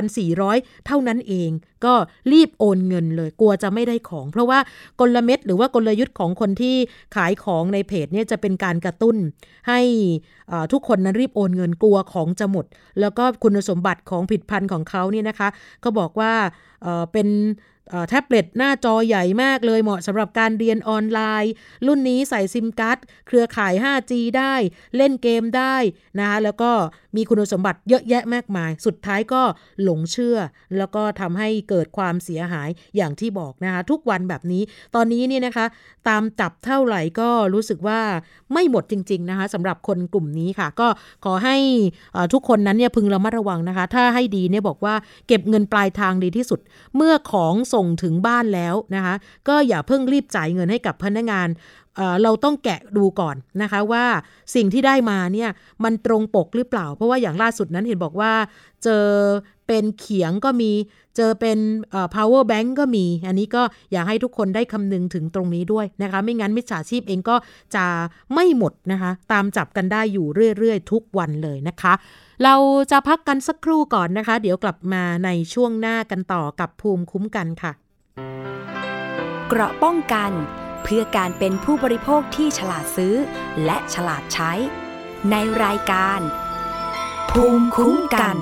2,400 เท่านั้นเองก็รีบโอนเงินเลยกลัวจะไม่ได้ของเพราะว่ากลเม็ดหรือว่ากลยุทธ์ของคนที่ขายของในเพจเนี่ยจะเป็นการกระตุ้นให้ทุกคนนั้นรีบโอนเงินกลัวของจะหมดแล้วก็คุณสมบัติของผลิตภัณฑ์ของเขาเนี่ยนะคะก็บอกว่าเป็นแท็บเล็ตหน้าจอใหญ่มากเลยเหมาะสำหรับการเรียนออนไลน์รุ่นนี้ใส่ซิมการ์ดเครือข่าย 5G ได้เล่นเกมได้นะคะแล้วก็มีคุณสมบัติเยอะแยะมากมายสุดท้ายก็หลงเชื่อแล้วก็ทำให้เกิดความเสียหายอย่างที่บอกนะคะทุกวันแบบนี้ตอนนี้เนี่ยนะคะตามจับเท่าไหร่ก็รู้สึกว่าไม่หมดจริงๆนะคะสำหรับคนกลุ่มนี้ค่ะก็ขอให้ทุกคนนั้นเนี่ยพึงระมัดระวังนะคะถ้าให้ดีเนี่ยบอกว่าเก็บเงินปลายทางดีที่สุดเมื่อของส่งถึงบ้านแล้วนะคะก็อย่าเพิ่งรีบจ่ายเงินให้กับพนักงานเราต้องแกะดูก่อนนะคะว่าสิ่งที่ได้มาเนี่ยมันตรงปกหรือเปล่าเพราะว่าอย่างล่าสุดนั้นเห็นบอกว่าเจอเป็นเขียงก็มีเจอเป็นpower bank ก็มีอันนี้ก็อยากให้ทุกคนได้คำนึงถึงตรงนี้ด้วยนะคะไม่งั้นมิจฉาชีพเองก็จะไม่หมดนะคะตามจับกันได้อยู่เรื่อยๆทุกวันเลยนะคะเราจะพักกันสักครู่ก่อนนะคะเดี๋ยวกลับมาในช่วงหน้ากันต่อกับภูมิคุ้มกันค่ะเกราะป้องกันเพื่อการเป็นผู้บริโภคที่ฉลาดซื้อและฉลาดใช้ในรายการภูมิคุ้มกัน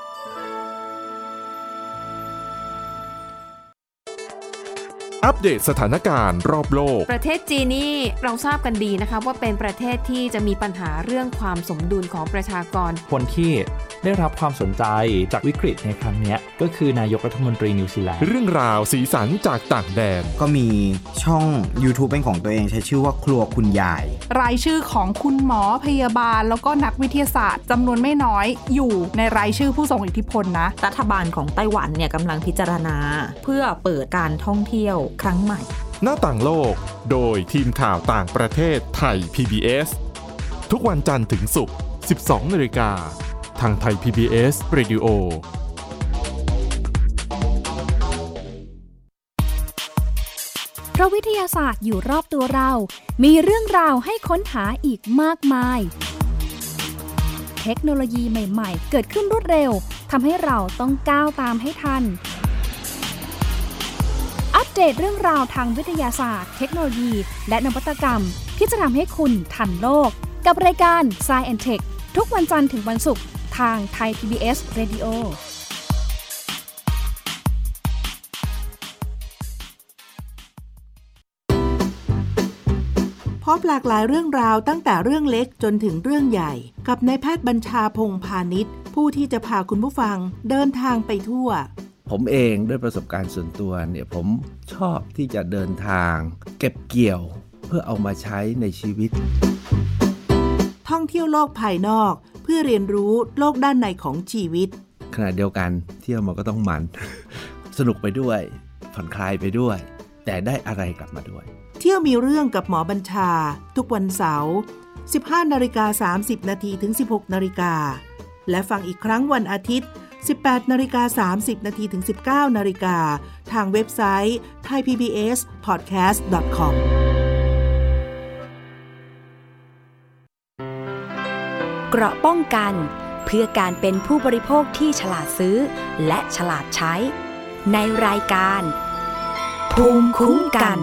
อัปเดตสถานการณ์รอบโลกประเทศจีนนี่เราทราบกันดีนะคะว่าเป็นประเทศที่จะมีปัญหาเรื่องความสมดุลของประชากรคนที่ได้รับความสนใจจากวิกฤตในครั้งนี้ก็คือนายกรัฐมนตรีนิวซีแลนด์เรื่องราวสีสันจากต่างแดนก็มีช่อง YouTube เป็นของตัวเองใช้ชื่อว่าครัวคุณยายรายชื่อของคุณหมอพยาบาลแล้วก็นักวิทยาศาสตร์จำนวนไม่น้อยอยู่ในรายชื่อผู้ทรงอิทธิพลนะรัฐบาลของไต้หวันเนี่ยกำลังพิจารณาเพื่อเปิดการท่องเที่ยวครั้งใหม่หน้าต่างโลกโดยทีมข่าวต่างประเทศไทย PBS ทุกวันจันทร์ถึงศุกร์ 12:00 น.ทางไทย PBS Radio ราะวิทยาศาสตร์อยู่รอบตัวเรามีเรื่องราวให้ค้นหาอีกมากมายเทคโนโลยีใหม่ๆเกิดขึ้นรวดเร็วทำให้เราต้องก้าวตามให้ทันอัปเดตเรื่องราวทางวิทยาศาสตร์เทคโนโลยีและนวัตกรรมที่จะทำให้คุณทันโลกกับรายการ Science and Tech ทุกวันจันทร์ถึงวันศุกร์ทางไทย PBS Radio พบหลากหลายเรื่องราวตั้งแต่เรื่องเล็กจนถึงเรื่องใหญ่กับนายแพทย์บัญชาพงษ์พาณิชย์ผู้ที่จะพาคุณผู้ฟังเดินทางไปทั่วผมเองด้วยประสบการณ์ส่วนตัวเนี่ยผมชอบที่จะเดินทางเก็บเกี่ยวเพื่อเอามาใช้ในชีวิตท่องเที่ยวโลกภายนอกเพื่อเรียนรู้โลกด้านในของชีวิตขณะเดียวกันเที่ยวมันก็ต้องมัน สนุกไปด้วยผ่อนคลายไปด้วยแต่ได้อะไรกลับมาด้วยเที่ยวมีเรื่องกับหมอบัญชาทุกวันเสาร์ 15:30 นถึง 16:00 นและฟังอีกครั้งวันอาทิตย์ 18:30 นถึง 19:00 นทางเว็บไซต์ thaipbspodcast.com เกราะป้องกันเพื่อการเป็นผู้บริโภคที่ฉลาดซื้อและฉลาดใช้ในรายการภูมิคุ้มกัน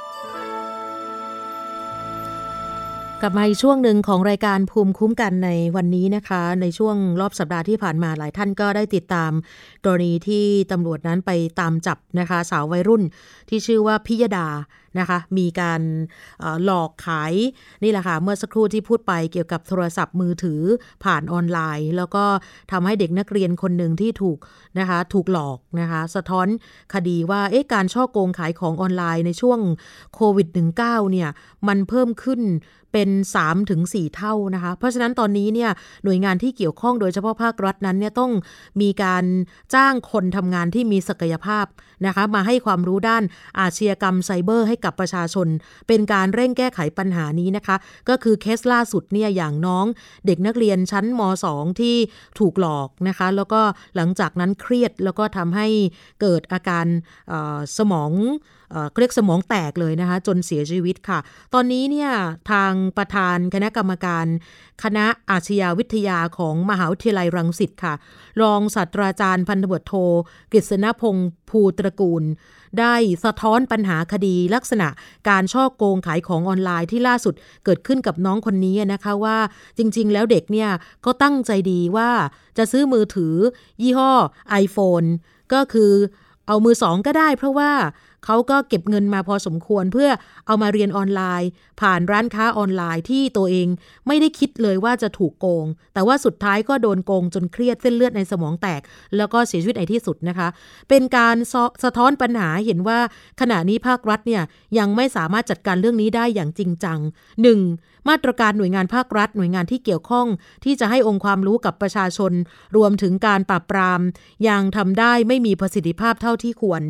กลับมาอีกช่วงหนึ่งของรายการภูมิคุ้มกันในวันนี้นะคะในช่วงรอบสัปดาห์ที่ผ่านมาหลายท่านก็ได้ติดตามกรณีที่ตำรวจนั้นไปตามจับนะคะสาววัยรุ่นที่ชื่อว่าพิยดานะคะมีการหลอกขายนี่แหละค่ะเมื่อสักครู่ที่พูดไปเกี่ยวกับโทรศัพท์มือถือผ่านออนไลน์แล้วก็ทำให้เด็กนักเรียนคนหนึ่งที่ถูกหลอกนะคะสะท้อนคดีว่าการฉ้อโกงขายของออนไลน์ในช่วงโควิด -19 เนี่ยมันเพิ่มขึ้นเป็น 3-4 เท่านะคะเพราะฉะนั้นตอนนี้เนี่ยหน่วยงานที่เกี่ยวข้องโดยเฉพาะภาครัฐนั้นเนี่ยต้องมีการจ้างคนทำงานที่มีศักยภาพนะคะมาให้ความรู้ด้านอาชญากรรมไซเบอร์ให้กับประชาชนเป็นการเร่งแก้ไขปัญหานี้นะคะก็คือเคสล่าสุดเนี่ยอย่างน้องเด็กนักเรียนชั้นม.2 ที่ถูกหลอกนะคะแล้วก็หลังจากนั้นเครียดแล้วก็ทำให้เกิดอาการสมองเรียกสมองแตกเลยนะคะจนเสียชีวิตค่ะตอนนี้เนี่ยทางประธานคณะกรรมการคณะอาชญาวิทยาของมหาวิทยาลัยรังสิตค่ะรองศาสตราจารย์พันตำรวจโทกฤษณพงษ์ภูตระกูลได้สะท้อนปัญหาคดีลักษณะการฉ้อโกงขายของออนไลน์ที่ล่าสุดเกิดขึ้นกับน้องคนนี้นะคะว่าจริงๆแล้วเด็กเนี่ยก็ตั้งใจดีว่าจะซื้อมือถือยี่ห้อ iPhone ก็คือเอามือสองก็ได้เพราะว่าเขาก็เก็บเงินมาพอสมควรเพื่อเอามาเรียนออนไลน์ผ่านร้านค้าออนไลน์ที่ตัวเองไม่ได้คิดเลยว่าจะถูกโกงแต่ว่าสุดท้ายก็โดนโกงจนเครียดเส้นเลือดในสมองแตกแล้วก็เสียชีวิตในที่สุดนะคะเป็นการสะท้อนปัญหาเห็นว่าขณะนี้ภาครัฐเนี่ยยังไม่สามารถจัดการเรื่องนี้ได้อย่างจริงจัง 1. มาตรการหน่วยงานภาครัฐหน่วยงานที่เกี่ยวข้องที่จะให้องค์ความรู้กับประชาชนรวมถึงการปราบปรามยังทำได้ไม่มีประสิทธิภาพเท่าที่ควร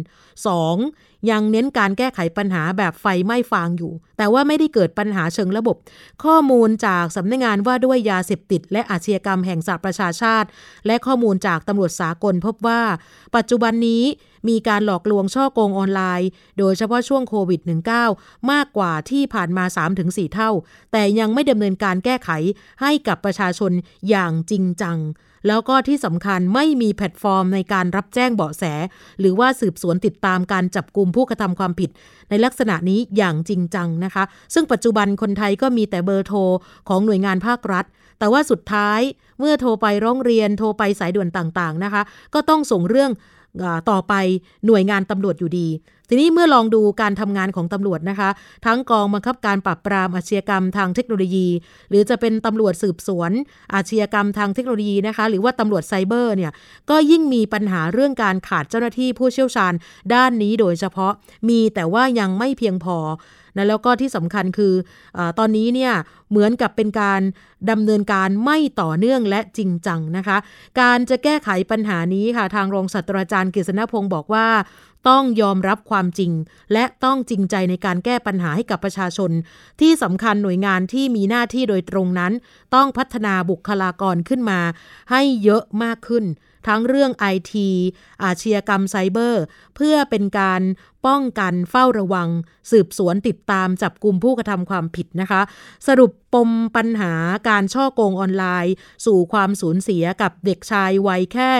2. ยังเน้นการแก้ไขปัญหาแบบไฟไหม้ฟางอยู่แต่ว่าไม่ได้เกิดปัญหาเชิงระบบข้อมูลจากสำนักงานว่าด้วยยาเสพติดและอาชญากรรมแห่งสหประชาชาติและข้อมูลจากตำรวจสากลพบว่าปัจจุบันนี้มีการหลอกลวงฉ้อโกงออนไลน์โดยเฉพาะช่วงโควิด -19 มากกว่าที่ผ่านมา 3-4 เท่าแต่ยังไม่ดำเนินการแก้ไขให้กับประชาชนอย่างจริงจังแล้วก็ที่สำคัญไม่มีแพลตฟอร์มในการรับแจ้งเบาะแสหรือว่าสืบสวนติดตามการจับกุมผู้กระทำความผิดในลักษณะนี้อย่างจริงจังนะคะซึ่งปัจจุบันคนไทยก็มีแต่เบอร์โทรของหน่วยงานภาครัฐแต่ว่าสุดท้ายเมื่อโทรไปร้องเรียนโทรไปสายด่วนต่างๆนะคะก็ต้องส่งเรื่องต่อไปหน่วยงานตำรวจอยู่ดีทีนี้เมื่อลองดูการทำงานของตำรวจนะคะทั้งกองบังคับการปราบปรามอาชญากรรมทางเทคโนโลยีหรือจะเป็นตำรวจสืบสวนอาชญากรรมทางเทคโนโลยีนะคะหรือว่าตำรวจไซเบอร์เนี่ยก็ยิ่งมีปัญหาเรื่องการขาดเจ้าหน้าที่ผู้เชี่ยวชาญด้านนี้โดยเฉพาะมีแต่ว่ายังไม่เพียงพอนะแล้วก็ที่สำคัญคือตอนนี้เนี่ยเหมือนกับเป็นการดำเนินการไม่ต่อเนื่องและจริงจังนะคะการจะแก้ไขปัญหานี้ค่ะทางรองศาสตราจารย์กฤษณพงศ์บอกว่าต้องยอมรับความจริงและต้องจริงใจในการแก้ปัญหาให้กับประชาชนที่สำคัญหน่วยงานที่มีหน้าที่โดยตรงนั้นต้องพัฒนาบุคลากรขึ้นมาให้เยอะมากขึ้นทั้งเรื่อง IT อาชญากรรมไซเบอร์เพื่อเป็นการป้องกันเฝ้าระวังสืบสวนติดตามจับกุมผู้กระทำความผิดนะคะสรุปปมปัญหาการฉ้อโกงออนไลน์สู่ความสูญเสียกับเด็กชายวัยแค่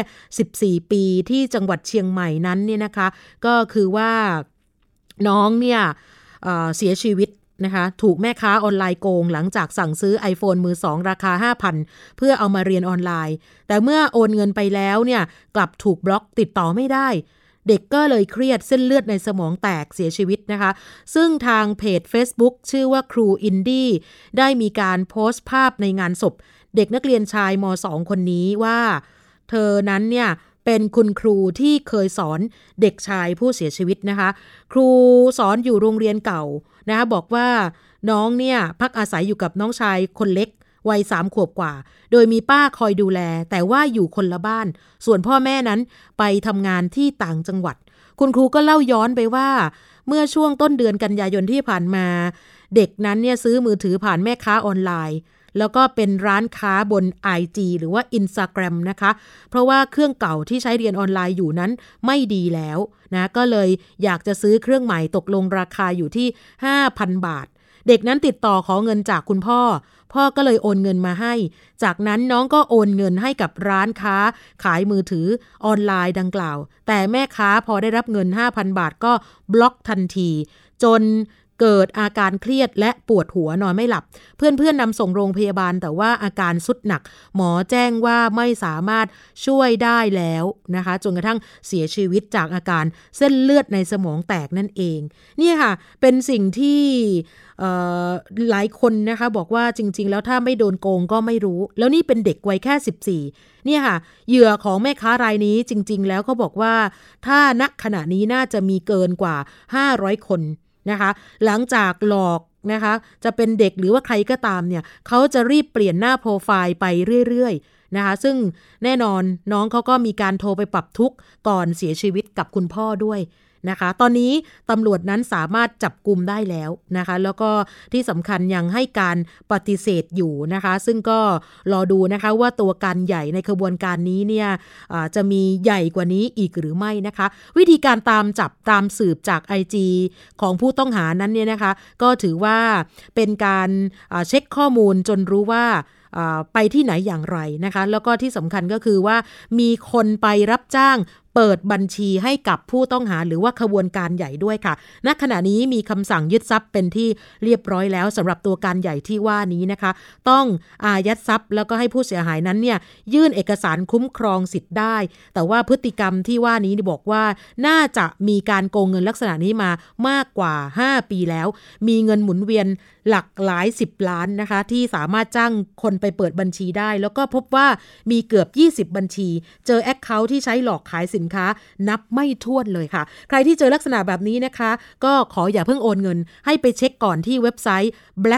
14ปีที่จังหวัดเชียงใหม่นั้นเนี่ยนะคะก็คือว่าน้องเนี่ยเสียชีวิตนะคะถูกแม่ค้าออนไลน์โกงหลังจากสั่งซื้อ iPhone มือ 2ราคา 5,000 เพื่อเอามาเรียนออนไลน์แต่เมื่อโอนเงินไปแล้วเนี่ยกลับถูกบล็อกติดต่อไม่ได้เด็กก็เลยเครียดเส้นเลือดในสมองแตกเสียชีวิตนะคะซึ่งทางเพจ Facebook ชื่อว่าครูอินดี้ได้มีการโพสต์ภาพในงานศพเด็กนักเรียนชายม.2 คนนี้ว่าเธอนั้นเนี่ยเป็นคุณครูที่เคยสอนเด็กชายผู้เสียชีวิตนะคะครูสอนอยู่โรงเรียนเก่านะคะบอกว่าน้องเนี่ยพักอาศัยอยู่กับน้องชายคนเล็กวัย3 ขวบกว่าโดยมีป้าคอยดูแลแต่ว่าอยู่คนละบ้านส่วนพ่อแม่นั้นไปทำงานที่ต่างจังหวัดคุณครูก็เล่าย้อนไปว่าเมื่อช่วงต้นเดือนกันยายนที่ผ่านมาเด็กนั้นเนี่ยซื้อมือถือผ่านแม่ค้าออนไลน์แล้วก็เป็นร้านค้าบน IG หรือว่า Instagram นะคะเพราะว่าเครื่องเก่าที่ใช้เรียนออนไลน์อยู่นั้นไม่ดีแล้วนะก็เลยอยากจะซื้อเครื่องใหม่ตกลงราคาอยู่ที่ 5,000 บาทเด็กนั้นติดต่อขอเงินจากคุณพ่อก็เลยโอนเงินมาให้จากนั้นน้องก็โอนเงินให้กับร้านค้าขายมือถือออนไลน์ดังกล่าวแต่แม่ค้าพอได้รับเงิน 5,000 บาทก็บล็อกทันทีจนเกิดอาการเครียดและปวดหัวนอนไม่หลับเพื่อนๆนำส่งโรงพยาบาลแต่ว่าอาการทรุดหนักหมอแจ้งว่าไม่สามารถช่วยได้แล้วนะคะจนกระทั่งเสียชีวิตจากอาการเส้นเลือดในสมองแตกนั่นเองนี่ค่ะเป็นสิ่งที่หลายคนนะคะบอกว่าจริงๆแล้วถ้าไม่โดนโกงก็ไม่รู้แล้วนี่เป็นเด็กวัยแค่14เนี่ยค่ะเหยื่อของแม่ค้ารายนี้จริงๆแล้วเขาบอกว่าถ้าณขณะนี้น่าจะมีเกินกว่า500คนนะคะหลังจากหลอกนะคะจะเป็นเด็กหรือว่าใครก็ตามเนี่ยเขาจะรีบเปลี่ยนหน้าโปรไฟล์ไปเรื่อยๆนะคะซึ่งแน่นอนน้องเขาก็มีการโทรไปปรับทุกข์ก่อนเสียชีวิตกับคุณพ่อด้วยนะคะตอนนี้ตำรวจนั้นสามารถจับกุมได้แล้วนะคะแล้วก็ที่สำคัญยังให้การปฏิเสธอยู่นะคะซึ่งก็รอดูนะคะว่าตัวการใหญ่ในขบวนการนี้เนี่ยจะมีใหญ่กว่านี้อีกหรือไม่นะคะวิธีการตามจับตามสืบจาก IG ของผู้ต้องหานั้นเนี่ยนะคะก็ถือว่าเป็นการเช็คข้อมูลจนรู้ว่าไปที่ไหนอย่างไรนะคะแล้วก็ที่สำคัญก็คือว่ามีคนไปรับจ้างเปิดบัญชีให้กับผู้ต้องหาหรือว่าขบวนการใหญ่ด้วยค่ะณขณะนี้มีคำสั่งยึดทรัพย์เป็นที่เรียบร้อยแล้วสำหรับตัวการใหญ่ที่ว่านี้นะคะต้องอายัดทรัพย์แล้วก็ให้ผู้เสียหายนั้นเนี่ยยื่นเอกสารคุ้มครองสิทธิ์ได้แต่ว่าพฤติกรรมที่ว่านี้บอกว่าน่าจะมีการโกงเงินลักษณะนี้มามากกว่า5ปีแล้วมีเงินหมุนเวียนหลักหลาย10 ล้านนะคะที่สามารถจ้างคนไปเปิดบัญชีได้แล้วก็พบว่ามีเกือบ20บัญชีเจอแอคเคาท์ที่ใช้หลอกขายสินค้านับไม่ถ้วนเลยค่ะใครที่เจอลักษณะแบบนี้นะคะก็ขออย่าเพิ่งโอนเงินให้ไปเช็คก่อนที่เว็บไซต์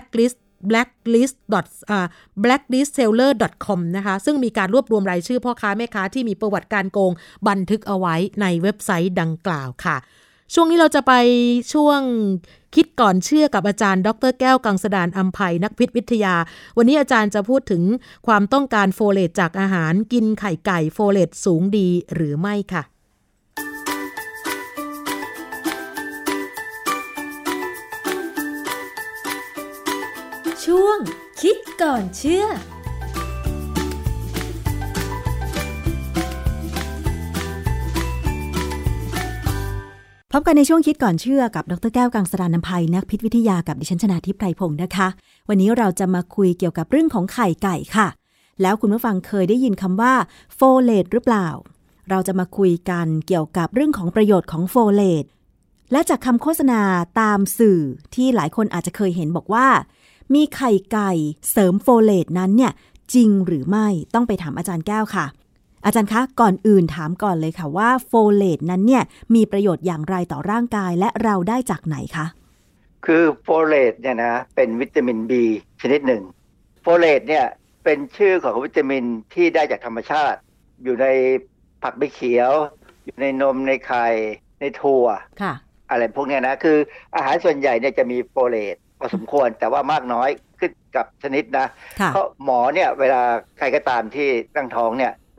blacklistseller.com นะคะซึ่งมีการรวบรวมรายชื่อพ่อค้าแม่ค้าที่มีประวัติการโกงบันทึกเอาไว้ในเว็บไซต์ดังกล่าวค่ะช่วงนี้เราจะไปช่วงคิดก่อนเชื่อกับอาจารย์ดร.แก้วกังสดาลอำไพนักพิษวิทยาวันนี้อาจารย์จะพูดถึงความต้องการโฟเลตจากอาหารกินไข่ไก่โฟเลตสูงดีหรือไม่ค่ะช่วงคิดก่อนเชื่อพบกันในช่วงคิดก่อนเชื่อกับดร.แก้วกังสดาลอำไพนักพิษวิทยากับดิฉันชนาทิพย์ไพรพงศ์นะคะวันนี้เราจะมาคุยเกี่ยวกับเรื่องของไข่ไก่ค่ะแล้วคุณผู้ฟังเคยได้ยินคำว่าโฟเลตหรือเปล่าเราจะมาคุยกันเกี่ยวกับเรื่องของประโยชน์ของโฟเลตและจากคำโฆษณาตามสื่อที่หลายคนอาจจะเคยเห็นบอกว่ามีไข่ไก่เสริมโฟเลตนั้นเนี่ยจริงหรือไม่ต้องไปถามอาจารย์แก้วค่ะอาจารย์คะก่อนอื่นถามก่อนเลยค่ะว่าโฟเลตนั้นเนี่ยมีประโยชน์อย่างไรต่อร่างกายและเราได้จากไหนคะคือโฟเลตเนี่ยนะเป็นวิตามิน B ชนิดหนึ่งโฟเลตเนี่ยเป็นชื่อของวิตามินที่ได้จากธรรมชาติอยู่ในผักใบเขียวอยู่ในนมในไข่ในถั่วอะไรพวกนี้นะคืออาหารส่วนใหญ่เนี่ยจะมีโฟเลตพอสมควรแต่ว่ามากน้อยขึ้นกับชนิดนะเพราะหมอเนี่ยเวลาใครก็ตามที่ตั้งท้องเนี่ยไป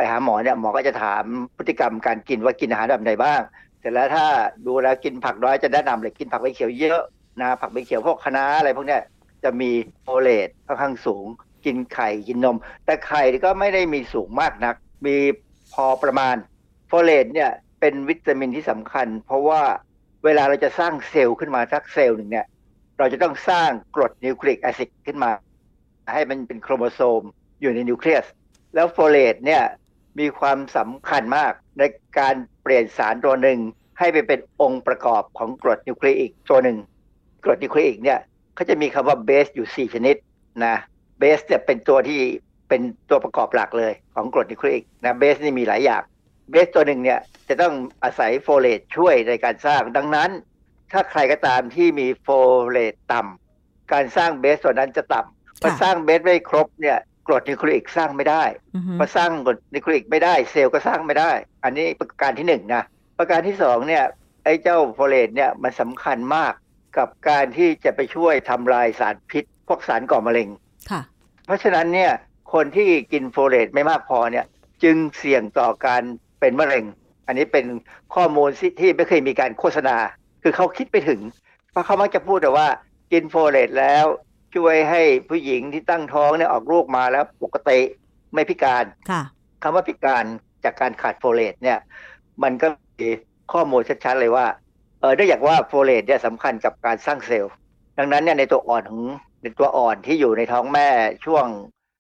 หาหมอเนี่ยหมอก็จะถามพฤติกรรมการกินว่ากินอาหารแบบไหนบ้างเสร็จแล้วถ้าดูแล้วกินผักน้อยจะแนะนำเลยกินผักใบเขียวเยอะนะผักใบเขียวพวกคะน้าอะไรพวกเนี้ยจะมีโฟเลตค่อนข้างสูงกินไข่กินนมแต่ไข่ก็ไม่ได้มีสูงมากนักมีพอประมาณโฟเลตเนี่ยเป็นวิตามินที่สำคัญเพราะว่าเวลาเราจะสร้างเซลล์ขึ้นมาสักเซลล์หนึ่งเนี่ยเราจะต้องสร้างกรดนิวคลีอิกแอซิดขึ้นมาให้มันเป็นโครโมโซมอยู่ในนิวเคลียสแล้วโฟเลตเนี่ยมีความสำคัญมากในการเปลี่ยนสารตัวหนึ่งให้ไปเป็นองค์ประกอบของกรดนิวคลีอิกตัวหนึ่งกรดนิวคลีอิกเนี่ยเขาจะมีคำว่าเบสอยู่4ชนิดนะเบสเนี่ยเป็นตัวที่เป็นตัวประกอบหลักเลยของกรดนิวคลีอิกนะเบสนี่มีหลายอย่างเบสตัวหนึ่งเนี่ยจะต้องอาศัยโฟเลตช่วยในการสร้างดังนั้นถ้าใครก็ตามที่มีโฟเลตต่ำการสร้างเบสตัวนั้นจะต่ำพอสร้างเบสไม่ครบเนี่ยกรดนิวคลีอิกสร้างไม่ได้พอสร้างกรดนิวคลีอิกไม่ได้เซลล์ก็สร้างไม่ได้อันนี้ประการที่1นะประการที่2เนี่ยไอ้เจ้าโฟเลตเนี่ยมันสำคัญมากกับการที่จะไปช่วยทำลายสารพิษพวกสารก่อมะเร็งเพราะฉะนั้นเนี่ยคนที่กินโฟเลตไม่มากพอเนี่ยจึงเสี่ยงต่อการเป็นมะเร็งอันนี้เป็นข้อมูลที่ไม่เคยมีการโฆษณาคือเขาคิดไปถึงเพราะเขามักจะพูดแต่ว่ากินโฟเลตแล้วช่วยให้ผู้หญิงที่ตั้งท้องเนี่ยออกลูกมาแล้วปกติไม่พิการคำว่าพิการจากการขาดโฟเลตเนี่ยมันก็มีข้อมูลชัดๆเลยว่าเนื่องจากว่าโฟเลตเนี่ยสำคัญกับการสร้างเซลล์ดังนั้นเนี่ยในตัวอ่อนที่อยู่ในท้องแม่ช่วง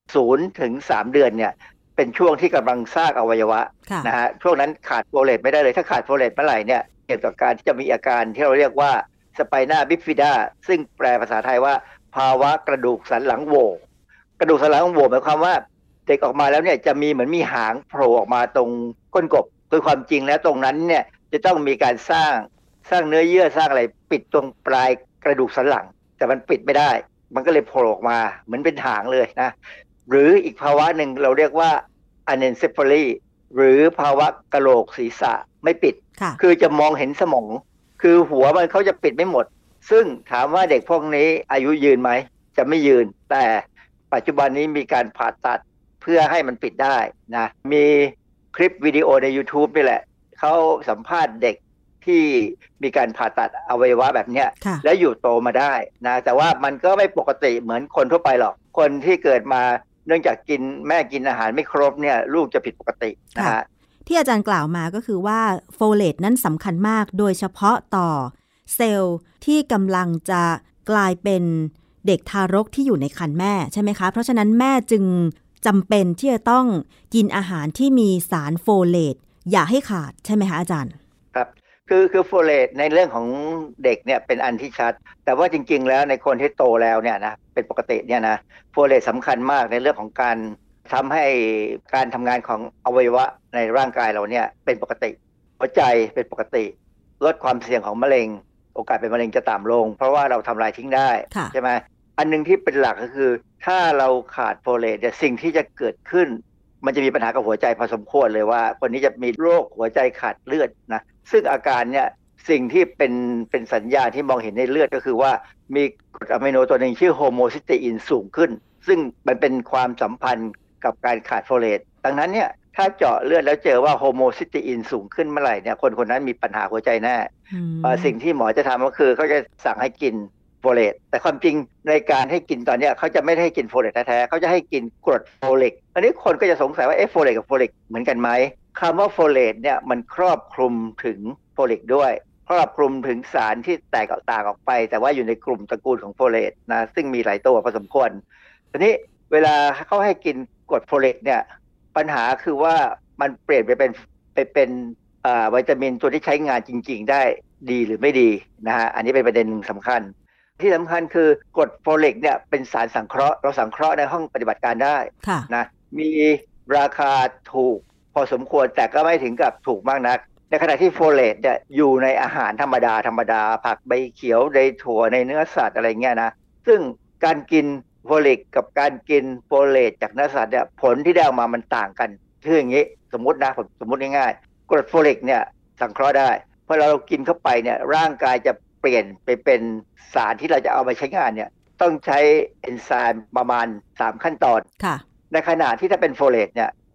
0 ถึง 3 เดือนเนี่ยเป็นช่วงที่กำลังสร้างอวัยวะนะฮะช่วงนั้นขาดโฟเลตไม่ได้เลยถ้าขาดโฟเลตเมื่อไหร่เนี่ยเกี่ยวกับการที่จะมีอาการที่เราเรียกว่าสไปนาบิฟิดาซึ่งแปลภาษาไทยว่าภาวะกระดูกสันหลังโหว่กระดูกสันหลังโหว่หมายความว่าเด็กออกมาแล้วเนี่ยจะมีเหมือนมีหางโผล่ออกมาตรงก้นกบโดยความจริงแล้วตรงนั้นเนี่ยจะต้องมีการสร้างเนื้อเยื่อสร้างอะไรปิดตรงปลายกระดูกสันหลังแต่มันปิดไม่ได้มันก็เลยโผล่ออกมาเหมือนเป็นหางเลยนะหรืออีกภาวะหนึ่งเราเรียกว่า anencephaly หรือภาวะกะโหลกศีรษะไม่ปิดคือจะมองเห็นสมองคือหัวมันเขาจะปิดไม่หมดซึ่งถามว่าเด็กพวกนี้อายุยืนไหมจะไม่ยืนแต่ปัจจุบันนี้มีการผ่าตัดเพื่อให้มันปิดได้นะมีคลิปวิดีโอใน YouTube นี่แหละเขาสัมภาษณ์เด็กที่มีการผ่าตัดอวัยวะแบบเนี้ยแล้วอยู่โตมาได้นะแต่ว่ามันก็ไม่ปกติเหมือนคนทั่วไปหรอกคนที่เกิดมาเนื่องจากแม่กินอาหารไม่ครบเนี่ยลูกจะผิดปกตินะฮะที่อาจารย์กล่าวมาก็คือว่าโฟเลตนั้นสำคัญมากโดยเฉพาะต่อเซลล์ที่กำลังจะกลายเป็นเด็กทารกที่อยู่ในครรภ์แม่ใช่ไหมคะเพราะฉะนั้นแม่จึงจำเป็นที่จะต้องกินอาหารที่มีสารโฟเลตอย่าให้ขาดใช่ไหมคะอาจารย์ครับคือโฟเลตในเรื่องของเด็กเนี่ยเป็นอันที่ชัดแต่ว่าจริงๆแล้วในคนที่โตแล้วเนี่ยนะเป็นปกติเนี่ยนะโฟเลตสำคัญมากในเรื่องของการทำให้การทำงานของอวัยวะในร่างกายเราเนี่ยเป็นปกติหัวใจเป็นปกติลดความเสี่ยงของมะเร็งโอกาสเป็นมะเร็งจะต่ำลงเพราะว่าเราทำลายทิ้งได้ใช่ไหมอันนึงที่เป็นหลักก็คือถ้าเราขาดโฟเลตเนี่ยสิ่งที่จะเกิดขึ้นมันจะมีปัญหากับหัวใจพอสมควรเลยว่าคนนี้จะมีโรคหัวใจขาดเลือดนะซึ่งอาการเนี่ยสิ่งที่เป็นสัญญาณที่มองเห็นในเลือดก็คือว่ามีกรดอะมิโนตัวหนึ่งชื่อโฮโมซิสเตอินสูงขึ้นซึ่งมันเป็นความสัมพันธ์กับการขาดโฟเลตดังนั้นเนี่ยถ้าเจาะเลือดแล้วเจอว่าโฮโมซิสเตอินสูงขึ้นเมื่อไหร่เนี่ยคนนั้นมีปัญหาหัวใจแน่สิ่งที่หมอจะทำก็คือเขาจะสั่งให้กินโฟเลตแต่ความจริงในการให้กินตอนนี้เขาจะไม่ได้ให้กินโฟเลตแท้ๆเขาจะให้กินกรดโฟลิกอันนี้คนก็จะสงสัยว่าโฟเลตกับโฟลิกเหมือนกันไหมคำว่าโฟเลตเนี่ยมันครอบคลุมถึงโฟลิกด้วยครอบคลุมถึงสารที่แตกต่างออกไปแต่ว่าอยู่ในกลุ่มตระกูลของโฟเลตนะซึ่งมีหลายตัวพอสมควรทีนี้เวลาเขาให้กินกรดโฟเลตเนี่ยปัญหาคือว่ามันเปลี่ยนไปเป็นวิตามินตัวที่ใช้งานจริงๆได้ดีหรือไม่ดีนะฮะอันนี้เป็นประเด็นสำคัญที่สำคัญคือกรดโฟลิกเนี่ยเป็นสารสังเคราะห์เราสังเคราะห์ในห้องปฏิบัติการได้นะมีราคาถูกพอสมควรแต่ก็ไม่ถึงกับถูกมากนักในขณะที่โฟเลตเนี่ยอยู่ในอาหารธรรมดาผักใบเขียวในถั่วในเนื้อสัตว์อะไรเงี้ยนะซึ่งการกินโฟลิกกับการกินโฟเลตจากเนื้อสัตว์เนี่ยผลที่ได้ออกมามันต่างกันคืออย่างนี้สมมติง่ายๆกรดโฟลิกเนี่ยสังเคราะห์ได้พอเรากินเข้าไปเนี่ยร่างกายจะเปลี่ยนไปเป็นสารที่เราจะเอาไปใช้งานเนี่ยต้องใช้เอนไซม์ประมาณ3ขั้นตอนในขณะที่ถ้าเป็นโฟเลตเนี่ย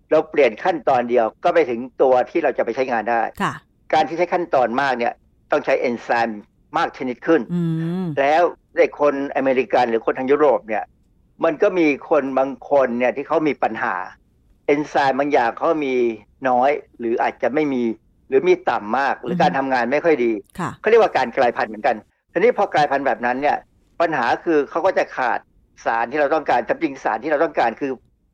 เราเปลี่ยนขั้นตอนเดียวก็ไปถึงตัวที่เราจะไปใช้งานได้การที่ใช้ขั้นตอนมากเนี่ยต้องใช้เอนไซม์มากชนิดขึ้นแล้วในคนอเมริกันหรือคนทางยุโรปเนี่ยมันก็มีคนบางคนเนี่ยที่เขามีปัญหาเอนไซม์บางอย่างเขามีน้อยหรืออาจจะไม่มีหรือมีต่ำมากหรือการทำงานไม่ค่อยดีเขาเรียกว่าการกลายพันธุ์เหมือนกันทีนี้พอกลายพันธุ์แบบนั้นเนี่ยปัญหาคือเขาก็จะขาดสารที่เราต้องการจริงสารที่เราต้องการคือ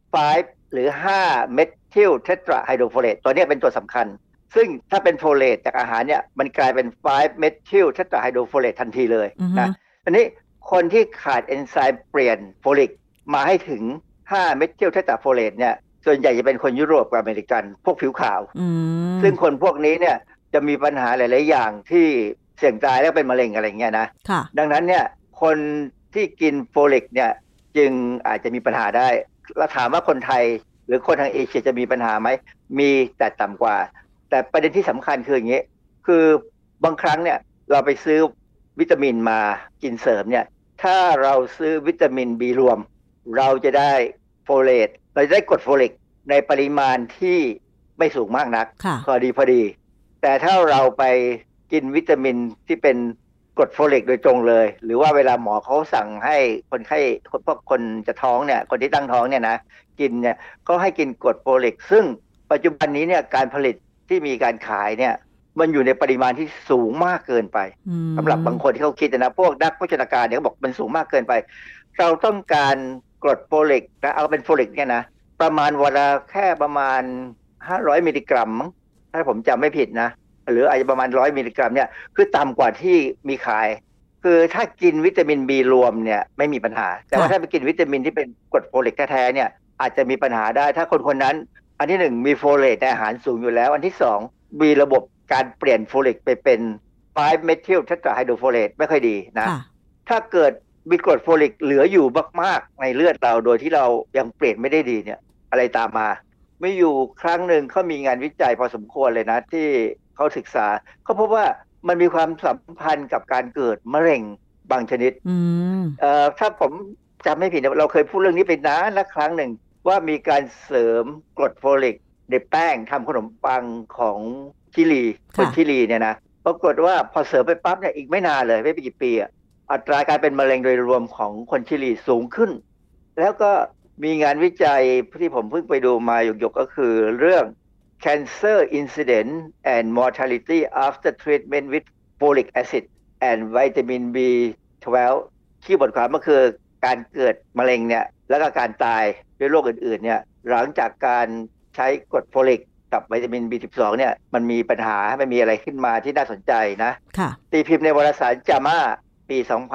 5หรือ5เมทิลเทตราไฮโดรโฟเลตตัวนี้เป็นตัวสำคัญซึ่งถ้าเป็นโฟเลตจากอาหารเนี่ยมันกลายเป็น5เมทิลเทตราไฮโดรโฟเลตทันทีเลยนะทีนี้คนที่ขาดเอนไซม์เปลี่ยนโฟลิกมาให้ถึง5เมทิลเทตราโฟเลตเนี่ยส่วนใหญ่จะเป็นคนยุโรปกับอเมริกันพวกผิวขาวซึ่งคนพวกนี้เนี่ยจะมีปัญหาหลายๆอย่างที่เสี่ยงตายแล้วเป็นมะเร็งอะไรเงี้ยนะดังนั้นเนี่ยคนที่กินโฟลิกเนี่ยจึงอาจจะมีปัญหาได้เราถามว่าคนไทยหรือคนทางเอเชียจะมีปัญหาไหมมีแต่ต่ำกว่าแต่ประเด็นที่สำคัญคืออย่างนี้คือบางครั้งเนี่ยเราไปซื้อวิตามินมากินเสริมเนี่ยถ้าเราซื้อวิตามิน B รวมเราจะได้โฟเลตเราจะได้กรดโฟลิกในปริมาณที่ไม่สูงมากนักพอดีแต่ถ้าเราไปกินวิตามินที่เป็นกรดโฟลิกโดยตรงเลยหรือว่าเวลาหมอเขาสั่งให้คนไข้พวกคนจะท้องเนี่ยคนที่ตั้งท้องเนี่ยนะกินเนี่ยเขาให้กินกรดโฟลิกซึ่งปัจจุบันนี้เนี่ยการผลิตที่มีการขายเนี่ยมันอยู่ในปริมาณที่สูงมากเกินไปสำหรับบางคนที่เขาคิดนะพวกนักโภชนาการเนี่ยเขาบอกมันสูงมากเกินไปเราต้องการกรดโฟลิกนะเอาเป็นโฟลิกเนี่ยนะประมาณวันละแค่ประมาณ500มิลลิกรัมมั้งถ้าผมจำไม่ผิดนะหรืออาจจะประมาณ100มิลลิกรัมเนี่ยคือต่ำกว่าที่มีขายคือถ้ากินวิตามิน B รวมเนี่ยไม่มีปัญหาแต่ว่าถ้าไปกินวิตามินที่เป็นกรดโฟลิกแท้ๆเนี่ยอาจจะมีปัญหาได้ถ้าคนนั้นอันที่1มีโฟเลตในอาหารสูงอยู่แล้วอันที่2มีระบบการเปลี่ยนโฟลิกไปเป็น5เมทิลเทตราไฮโดรโฟเลตไม่ค่อยดีนะถ้าเกิดมีกรดโฟลิกเหลืออยู่มากๆในเลือดเราโดยที่เรายังเปลี่ยนไม่ได้ดีเนี่ยอะไรตามมาไม่อยู่ครั้งหนึ่งเขามีงานวิจัยพอสมควรเลยนะที่เขาศึกษาเขาพบว่ามันมีความสัมพันธ์กับการเกิดมะเร็งบางชนิดถ้าผมจำไม่ผิดเราเคยพูดเรื่องนี้ไปนานแล้วครั้งหนึ่งว่ามีการเสริมกรดโฟลิกในแป้งทำขนมปังของชิลีคนชิลีเนี่ยนะปรากฏว่าพอเสริมไปปั๊บเนี่ยอีกไม่นานเลยไม่ไปกี่ปีอัตราการเป็นมะเร็งโดยรวมของคนชิลีสูงขึ้นแล้วก็มีงานวิจัยที่ผมเพิ่งไปดูมาหยกๆก็คือเรื่อง Cancer Incidence and Mortality After Treatment with Folic Acid and Vitamin B12 ที่บทความก็คือการเกิดมะเร็งเนี่ยแล้วก็การตายด้วยโรคอื่นๆเนี่ยหลังจากการใช้กรดโฟลิกกับวิตามิน B12 เนี่ยมันมีปัญหาไม่มีอะไรขึ้นมาที่น่าสนใจนะตีพิมพ์ในวารสารจาม่าปี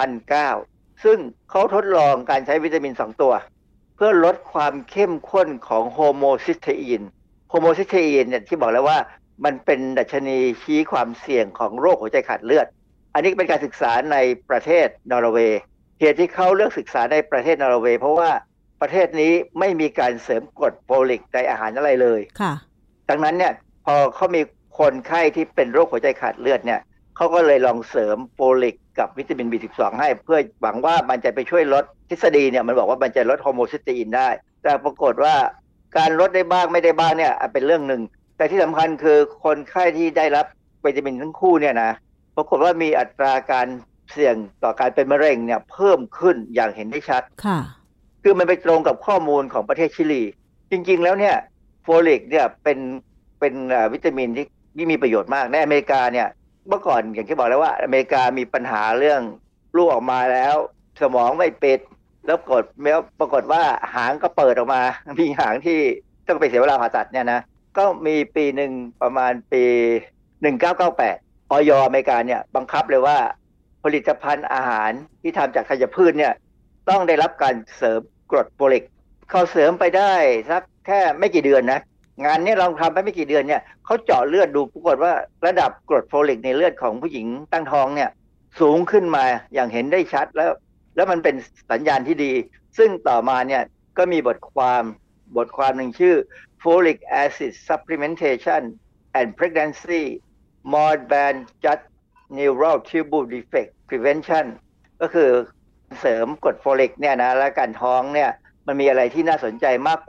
2009 ซึ่งเขาทดลองการใช้วิตามิน2ตัวเพื่อลดความเข้มข้นของโฮโมซิสเทอีนเนี่ยที่บอกแล้วว่ามันเป็นดัชนีชี้ความเสี่ยงของโรคหัวใจขาดเลือดอันนี้เป็นการศึกษาในประเทศนอร์เวย์เหตุที่เขาเลือกศึกษาในประเทศนอร์เวย์เพราะว่าประเทศนี้ไม่มีการเสริมกรดโฟลิกในอาหารอะไรเลยดังนั้นเนี่ยพอเขามีคนไข้ที่เป็นโรคหัวใจขาดเลือดเนี่ยเขาก็เลยลองเสริมโฟลิกกับวิตามิน B12 ให้เพื่อหวังว่ามันจะไปช่วยลดทฤษฎีเนี่ยมันบอกว่ามันจะลดโฮโมซิสเตอีนได้แต่ปรากฏว่าการลดได้บ้างไม่ได้บ้างเนี่ยเป็นเรื่องหนึ่งแต่ที่สำคัญคือคนไข้ที่ได้รับวิตามินทั้งคู่เนี่ยนะปรากฏว่ามีอัตราการเสี่ยงต่อการเป็นมะเร็งเนี่ยเพิ่มขึ้นอย่างเห็นได้ชัดคือมันไปตรงกับข้อมูลของประเทศชิลีจริงๆแล้วเนี่ยโฟลิกเนี่ยเป็นวิตามินที่มีประโยชน์มากในอเมริกาเนี่ยเมื่อก่อนอย่างที่บอกแล้วว่าอเมริกามีปัญหาเรื่องลูกออกมาแล้วสมองไม่ปิดแล้วปรากฏว่าหางก็เปิดออกมามีหางที่ต้องไปเสียเวลาผ่าตัดเนี่ยนะก็มีปีหนึ่งประมาณปี1998อย.อเมริกาเนี่ยบังคับเลยว่าผลิตภัณฑ์อาหารที่ทำจากธัญพืชเนี่ยต้องได้รับการเสริมกรดโฟลิกเขาเสริมไปได้สักแค่ไม่กี่เดือนนะงานนี้ลองทำไปไม่กี่เดือนเนี่ยเขาเจาะเลือดดูปรากฏว่าระดับกรดโฟลิกในเลือดของผู้หญิงตั้งท้องเนี่ยสูงขึ้นมาอย่างเห็นได้ชัดแล้วมันเป็นสัญญาณที่ดีซึ่งต่อมาเนี่ยก็มีบทความหนึ่งชื่อ Folic Acid Supplementation and Pregnancy More than Just Neural Tubule Defect Prevention ก็คือเสริมกรดโฟลิกเนี่ยนะและการท้องเนี่ยมันมีอะไรที่น่าสนใจมากกว่า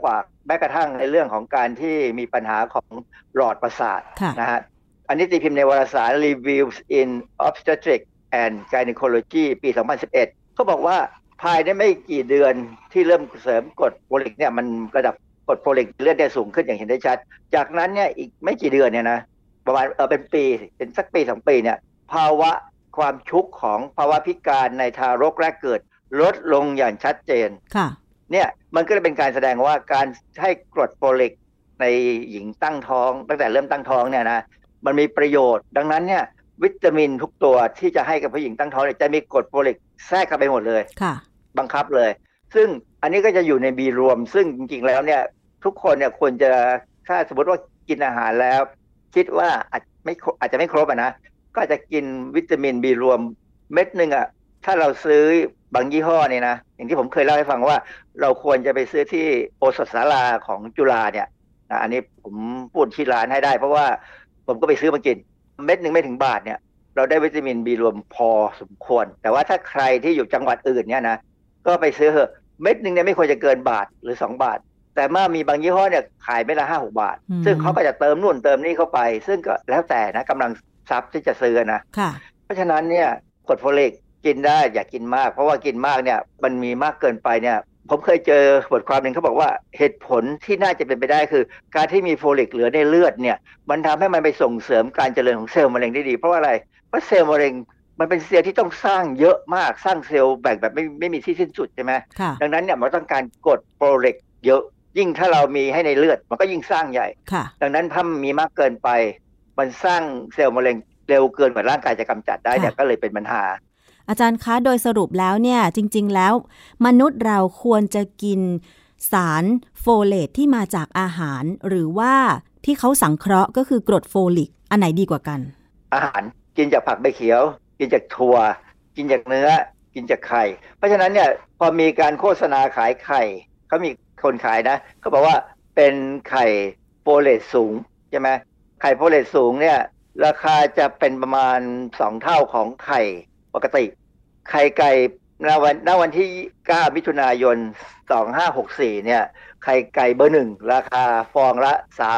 ม้กระทั่งในเรื่องของการที่มีปัญหาของหลอดประสาทนะฮะอันนี้ตีพิมพ์ในวารสาร Reviews in Obstetrics and Gynecology ปี 2011 เขาบอกว่าภายในไม่กี่เดือนที่เริ่มเสริมกรดโฟลิกเนี่ยมันระดับกรดโฟลิกเลือดได้สูงขึ้นอย่างเห็นได้ชัดจากนั้นเนี่ยอีกไม่กี่เดือนเนี่ยนะประมาณเป็นปีเป็นสักปี2ปีเนี่ยภาวะความชุกของภาวะพิการในทารกแรกเกิดลดลงอย่างชัดเจนเนี่ยมันก็เลยเป็นการแสดงว่าการให้กรดโฟลิกในหญิงตั้งท้องตั้งแต่เริ่มตั้งท้องเนี่ยนะมันมีประโยชน์ดังนั้นเนี่ยวิตามินทุกตัวที่จะให้กับผู้หญิงตั้งท้องเนี่ยจะมีกรดโฟลิกแทรกเข้าไปหมดเลยบังคับเลยซึ่งอันนี้ก็จะอยู่ในบีรวมซึ่งจริงๆแล้วเนี่ยทุกคนเนี่ยควรจะถ้าสมมติว่ากินอาหารแล้วคิดว่าอาจจะไม่ครบนะก็อาจจะกินวิตามินบีรวมเม็ดนึงถ้าเราซื้อบางยี่ห้อเนี่ยนะอย่างที่ผมเคยเล่าให้ฟังว่าเราควรจะไปซื้อที่โอสถสาราของจุฬาเนี่ยอันนี้ผมพูดที่ร้านให้ได้เพราะว่าผมก็ไปซื้อมากินเม็ดนึงไม่ถึงบาทเนี่ยเราได้วิตามินบีรวมพอสมควรแต่ว่าถ้าใครที่อยู่จังหวัดอื่นเนี่ยนะก็ไปซื้อเม็ดนึงเนี่ยไม่ควรจะเกินบาทหรือ2 บาทแต่เมื่อมีบางยี่ห้อเนี่ยขายเม็ดละ 5-6 บาทซึ่งเขาก็จะเติมนู่นเติมนี่เข้าไปซึ่งก็แล้วแต่นะกำลังทรัพย์ที่จะซื้อนะเพราะฉะนั้นเนี่ยกรดโฟลิกกินได้อย่ากินมากเพราะว่ากินมากเนี่ยมันมีมากเกินไปเนี่ยผมเคยเจอบทความนึงเขาบอกว่าเหตุผลที่น่าจะเป็นไปได้คือการที่มีโฟลิกเหลือในเลือดเนี่ยมันทำให้มันไปส่งเสริมการเจริญของเซลล์มะเร็งได้ดีเพราะอะไรเพราะเซลล์มะเร็งมันเป็นเซลล์ที่ต้องสร้างเยอะมากสร้างเซลล์แบ่งแบบไม่มีที่สิ้นสุดใช่ไหมดังนั้นเนี่ยมันต้องการกรดโฟลิกเยอะยิ่งถ้าเรามีให้ในเลือดมันก็ยิ่งสร้างใหญ่ดังนั้นถ้ามีมากเกินไปมันสร้างเซลล์มะเร็งเร็วเกินกว่าร่างกายจะกำจัดได้เนี่ยก็เลยเป็นปัญหาอาจารย์คะโดยสรุปแล้วเนี่ยจริงๆแล้วมนุษย์เราควรจะกินสารโฟเลตที่มาจากอาหารหรือว่าที่เขาสังเคราะห์ก็คือกรดโฟลิกอันไหนดีกว่ากันอาหารกินจากผักใบเขียวกินจากถั่วกินจากเนื้อกินจากไข่เพราะฉะนั้นเนี่ยพอมีการโฆษณาขายไข่เขามีคนขายนะเขาบอกว่าเป็นไข่โฟเลตสูงใช่ไหมไข่โฟเลตสูงเนี่ยราคาจะเป็นประมาณ2 เท่าของไข่ปกติไข่ไก่ณวันที่9 มิถุนายน 2564เนี่ยไข่ไก่เบอร์1ราคาฟองละ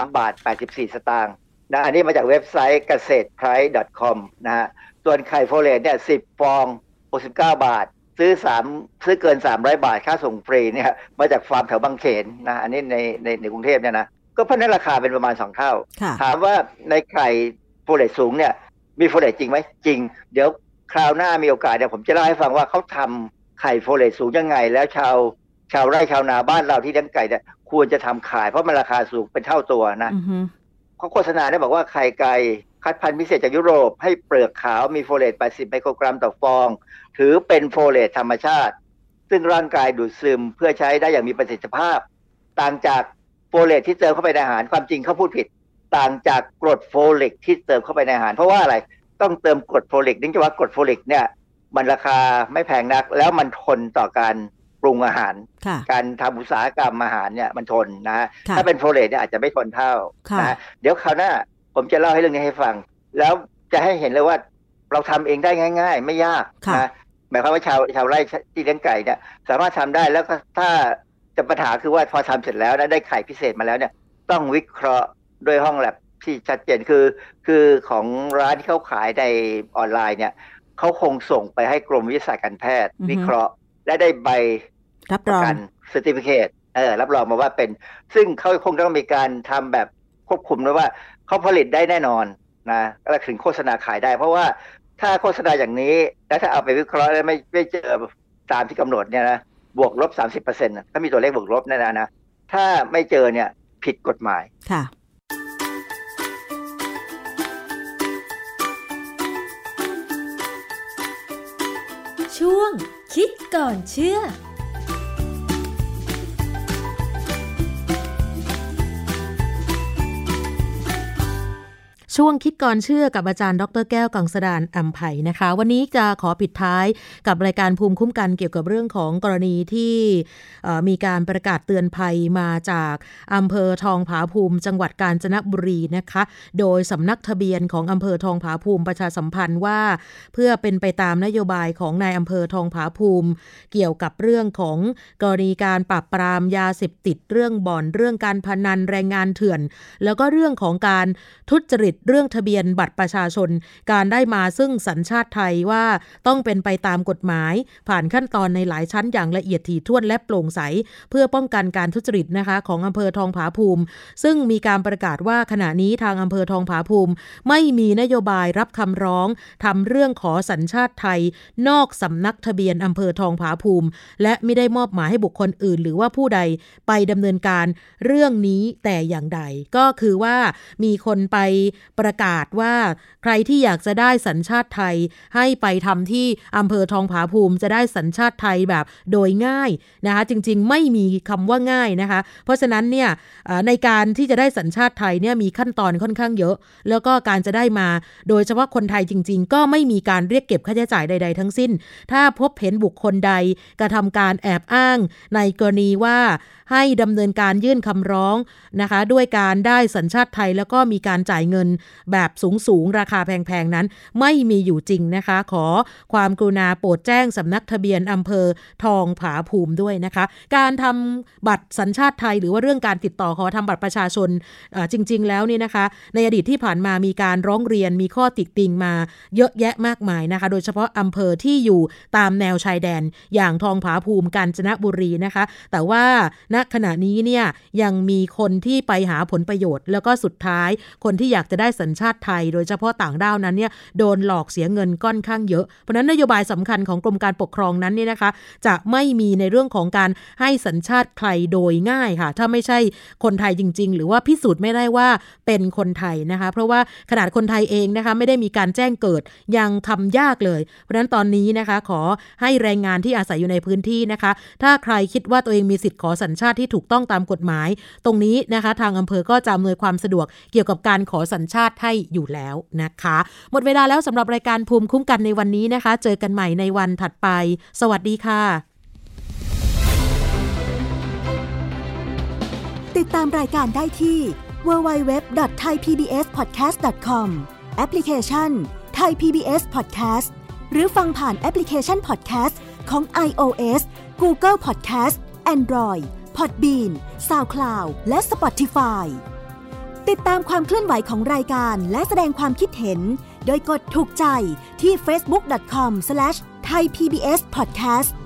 3.84 สตางค์นะอันนี้มาจากเว็บไซต์เกษตรไพรซ์ .com นะฮะส่วนไข่โฟเลตเนี่ย10 ฟอง69 บาทซื้อเกิน300 บาทค่าส่งฟรีเนี่ยมาจากฟาร์มแถวบางเขนนะอันนี้ในกรุงเทพเนี่ยนะก็เพราะนั้นราคาเป็นประมาณ2 เท่าถามว่าในไข่โฟเลตสูงเนี่ยมีโฟเลตจริงไหมจริงเดี๋ยวคราวหน้ามีโอกาสเนี่ยผมจะเล่าให้ฟังว่าเขาทำไข่โฟเลตสูงยังไงแล้วชาวไร่ชาวนาบ้านเราที่เลี้ยงไก่เนี่ยควรจะทำขายเพราะมันราคาสูงเป็นเท่าตัวนะเขาโฆษณาได้บอกว่าไข่ไก่คัดพันธุ์พิเศษจากยุโรปให้เปลือกขาวมีโฟเลต80 ไมโครกรัมต่อฟองถือเป็นโฟเลตธรรมชาติซึ่งร่างกายดูดซึมเพื่อใช้ได้อย่างมีประสิทธิภาพต่างจากโฟเลตที่เติมเข้าไปในอาหารความจริงเขาพูดผิดต่างจากกรดโฟลิกที่เติมเข้าไปในอาหารเพราะว่าอะไรต้องเติมกรดโฟลิกเนื่องจากว่ากรดโฟลิกเนี่ยมันราคาไม่แพงนักแล้วมันทนต่อการปรุงอาหารการทำอุตสาหกรรมอาหารเนี่ยมันทนนะถ้าเป็นโฟเลตเนี่ยอาจจะไม่ทนเท่านะเดี๋ยวคราวหน้าผมจะเล่าให้เรื่องนี้ให้ฟังแล้วจะให้เห็นเลยว่าเราทำเองได้ง่ายๆไม่ยากนะหมายความว่าชาวไร่ที่เลี้ยงไก่เนี่ยสามารถทำได้แล้วก็ถ้าจะปัญหาคือว่าพอทำเสร็จแล้วได้ไข่พิเศษมาแล้วเนี่ยต้องวิเคราะห์ด้วยห้องแลบที่ชัดเจนคือของร้านที่เขาขายในออนไลน์เนี่ยเขาคงส่งไปให้กรมวิทยาศาสตร์การแพทย์วิเคราะห์และได้ใบรับรองเซอร์ติฟิเคตรับรองมาว่าเป็นซึ่งเขาคงต้องมีการทำแบบควบคุมด้วยว่าเขาผลิตได้แน่นอนนะแล้วถึงโฆษณาขายได้เพราะว่าถ้าโฆษณาอย่างนี้แล้วถ้าเอาไปวิเคราะห์แล้วไม่เจอตามที่กำหนดเนี่ยนะบวกลบ 30% ถ้ามีตัวเลขบวกลบแน่ๆนะถ้าไม่เจอเนี่ยผิดกฎหมายค่ะช่วงคิดก่อนเชื่อช่วงคิดก่อนเชื่อกับอาจารย์ดร.แก้วกังสดาลอำไพนะคะวันนี้จะขอปิดท้ายกับรายการภูมิคุ้มกันเกี่ยวกับเรื่องของกรณีที่มีการประกาศเตือนภัยมาจากอำเภอทองผาภูมิจังหวัดกาญจนบุรีนะคะโดยสำนักทะเบียนของอำเภอทองผาภูมิประชาสัมพันธ์ว่าเพื่อเป็นไปตามนโยบายของนายอำเภอทองผาภูมิเกี่ยวกับเรื่องของกรณีการปราบปรามยาเสพติดเรื่องบ่อนเรื่องการพนันแรงงานเถื่อนแล้วก็เรื่องของการทุจริตเรื่องทะเบียนบัตรประชาชนการได้มาซึ่งสัญชาติไทยว่าต้องเป็นไปตามกฎหมายผ่านขั้นตอนในหลายชั้นอย่างละเอียดถี่ถ้วนและโปร่งใสเพื่อป้องกันการทุจริตนะคะของอำเภอทองผาภูมิซึ่งมีการประกาศว่าขณะนี้ทางอำเภอทองผาภูมิไม่มีนโยบายรับคำร้องทำเรื่องขอสัญชาติไทยนอกสำนักทะเบียนอำเภอทองผาภูมิและไม่ได้มอบหมายให้บุคคลอื่นหรือว่าผู้ใดไปดำเนินการเรื่องนี้แต่อย่างใดก็คือว่ามีคนไปประกาศว่าใครที่อยากจะได้สัญชาติไทยให้ไปทำที่อำเภอทองผาภูมิจะได้สัญชาติไทยแบบโดยง่ายนะคะจริงๆไม่มีคำว่าง่ายนะคะเพราะฉะนั้นเนี่ยในการที่จะได้สัญชาติไทยเนี่ยมีขั้นตอนค่อนข้างเยอะแล้วก็การจะได้มาโดยเฉพาะคนไทยจริงๆก็ไม่มีการเรียกเก็บค่าใช้จ่ายใดๆทั้งสิ้นถ้าพบเห็นบุคคลใดกระทำการแอบอ้างในกรณีว่าให้ดำเนินการยื่นคำร้องนะคะด้วยการได้สัญชาติไทยแล้วก็มีการจ่ายเงินแบบสูงๆราคาแพงๆนั้นไม่มีอยู่จริงนะคะขอความกรุณาโปรดแจ้งสำนักทะเบียนอำเภอทองผาภูมิด้วยนะคะการทำบัตรสัญชาติไทยหรือว่าเรื่องการติดต่อขอทำบัตรประชาชนจริงๆแล้วนี่นะคะในอดีตที่ผ่านมามีการร้องเรียนมีข้อติติงมาเยอะแยะมากมายนะคะโดยเฉพาะอำเภอที่อยู่ตามแนวชายแดนอย่างทองผาภูมิกาญจนบุรีนะคะแต่ว่าณขณะนี้เนี่ยยังมีคนที่ไปหาผลประโยชน์แล้วก็สุดท้ายคนที่อยากจะได้สัญชาติไทยโดยเฉพาะต่างด้าวนั้นเนี่ยโดนหลอกเสียเงินค่อนข้างเยอะเพราะนั้นนโยบายสำคัญของกรมการปกครองนั้นเนี่ยนะคะจะไม่มีในเรื่องของการให้สัญชาติใครโดยง่ายค่ะถ้าไม่ใช่คนไทยจริงๆหรือว่าพิสูจน์ไม่ได้ว่าเป็นคนไทยนะคะเพราะว่าขนาดคนไทยเองนะคะไม่ได้มีการแจ้งเกิดยังทำยากเลยเพราะนั้นตอนนี้นะคะขอให้แรงงานที่อาศัยอยู่ในพื้นที่นะคะถ้าใครคิดว่าตัวเองมีสิทธิ์ขอสัญชาติที่ถูกต้องตามกฎหมายตรงนี้นะคะทางอำเภอก็จะอำนวยความสะดวกเกี่ยวกับการขอสัญชาติให้อยู่แล้วนะคะหมดเวลาแล้วสำหรับรายการภูมิคุ้มกันในวันนี้นะคะเจอกันใหม่ในวันถัดไปสวัสดีค่ะติดตามรายการได้ที่ www.thaipbspodcast.com แอปพลิเคชัน Thai PBS Podcast หรือฟังผ่านแอปพลิเคชัน Podcast ของ iOS Google Podcast Android Podbean SoundCloud และ Spotify ติดตามความเคลื่อนไหวของรายการและแสดงความคิดเห็นโดยกดถูกใจที่ facebook.com/thaipbspodcast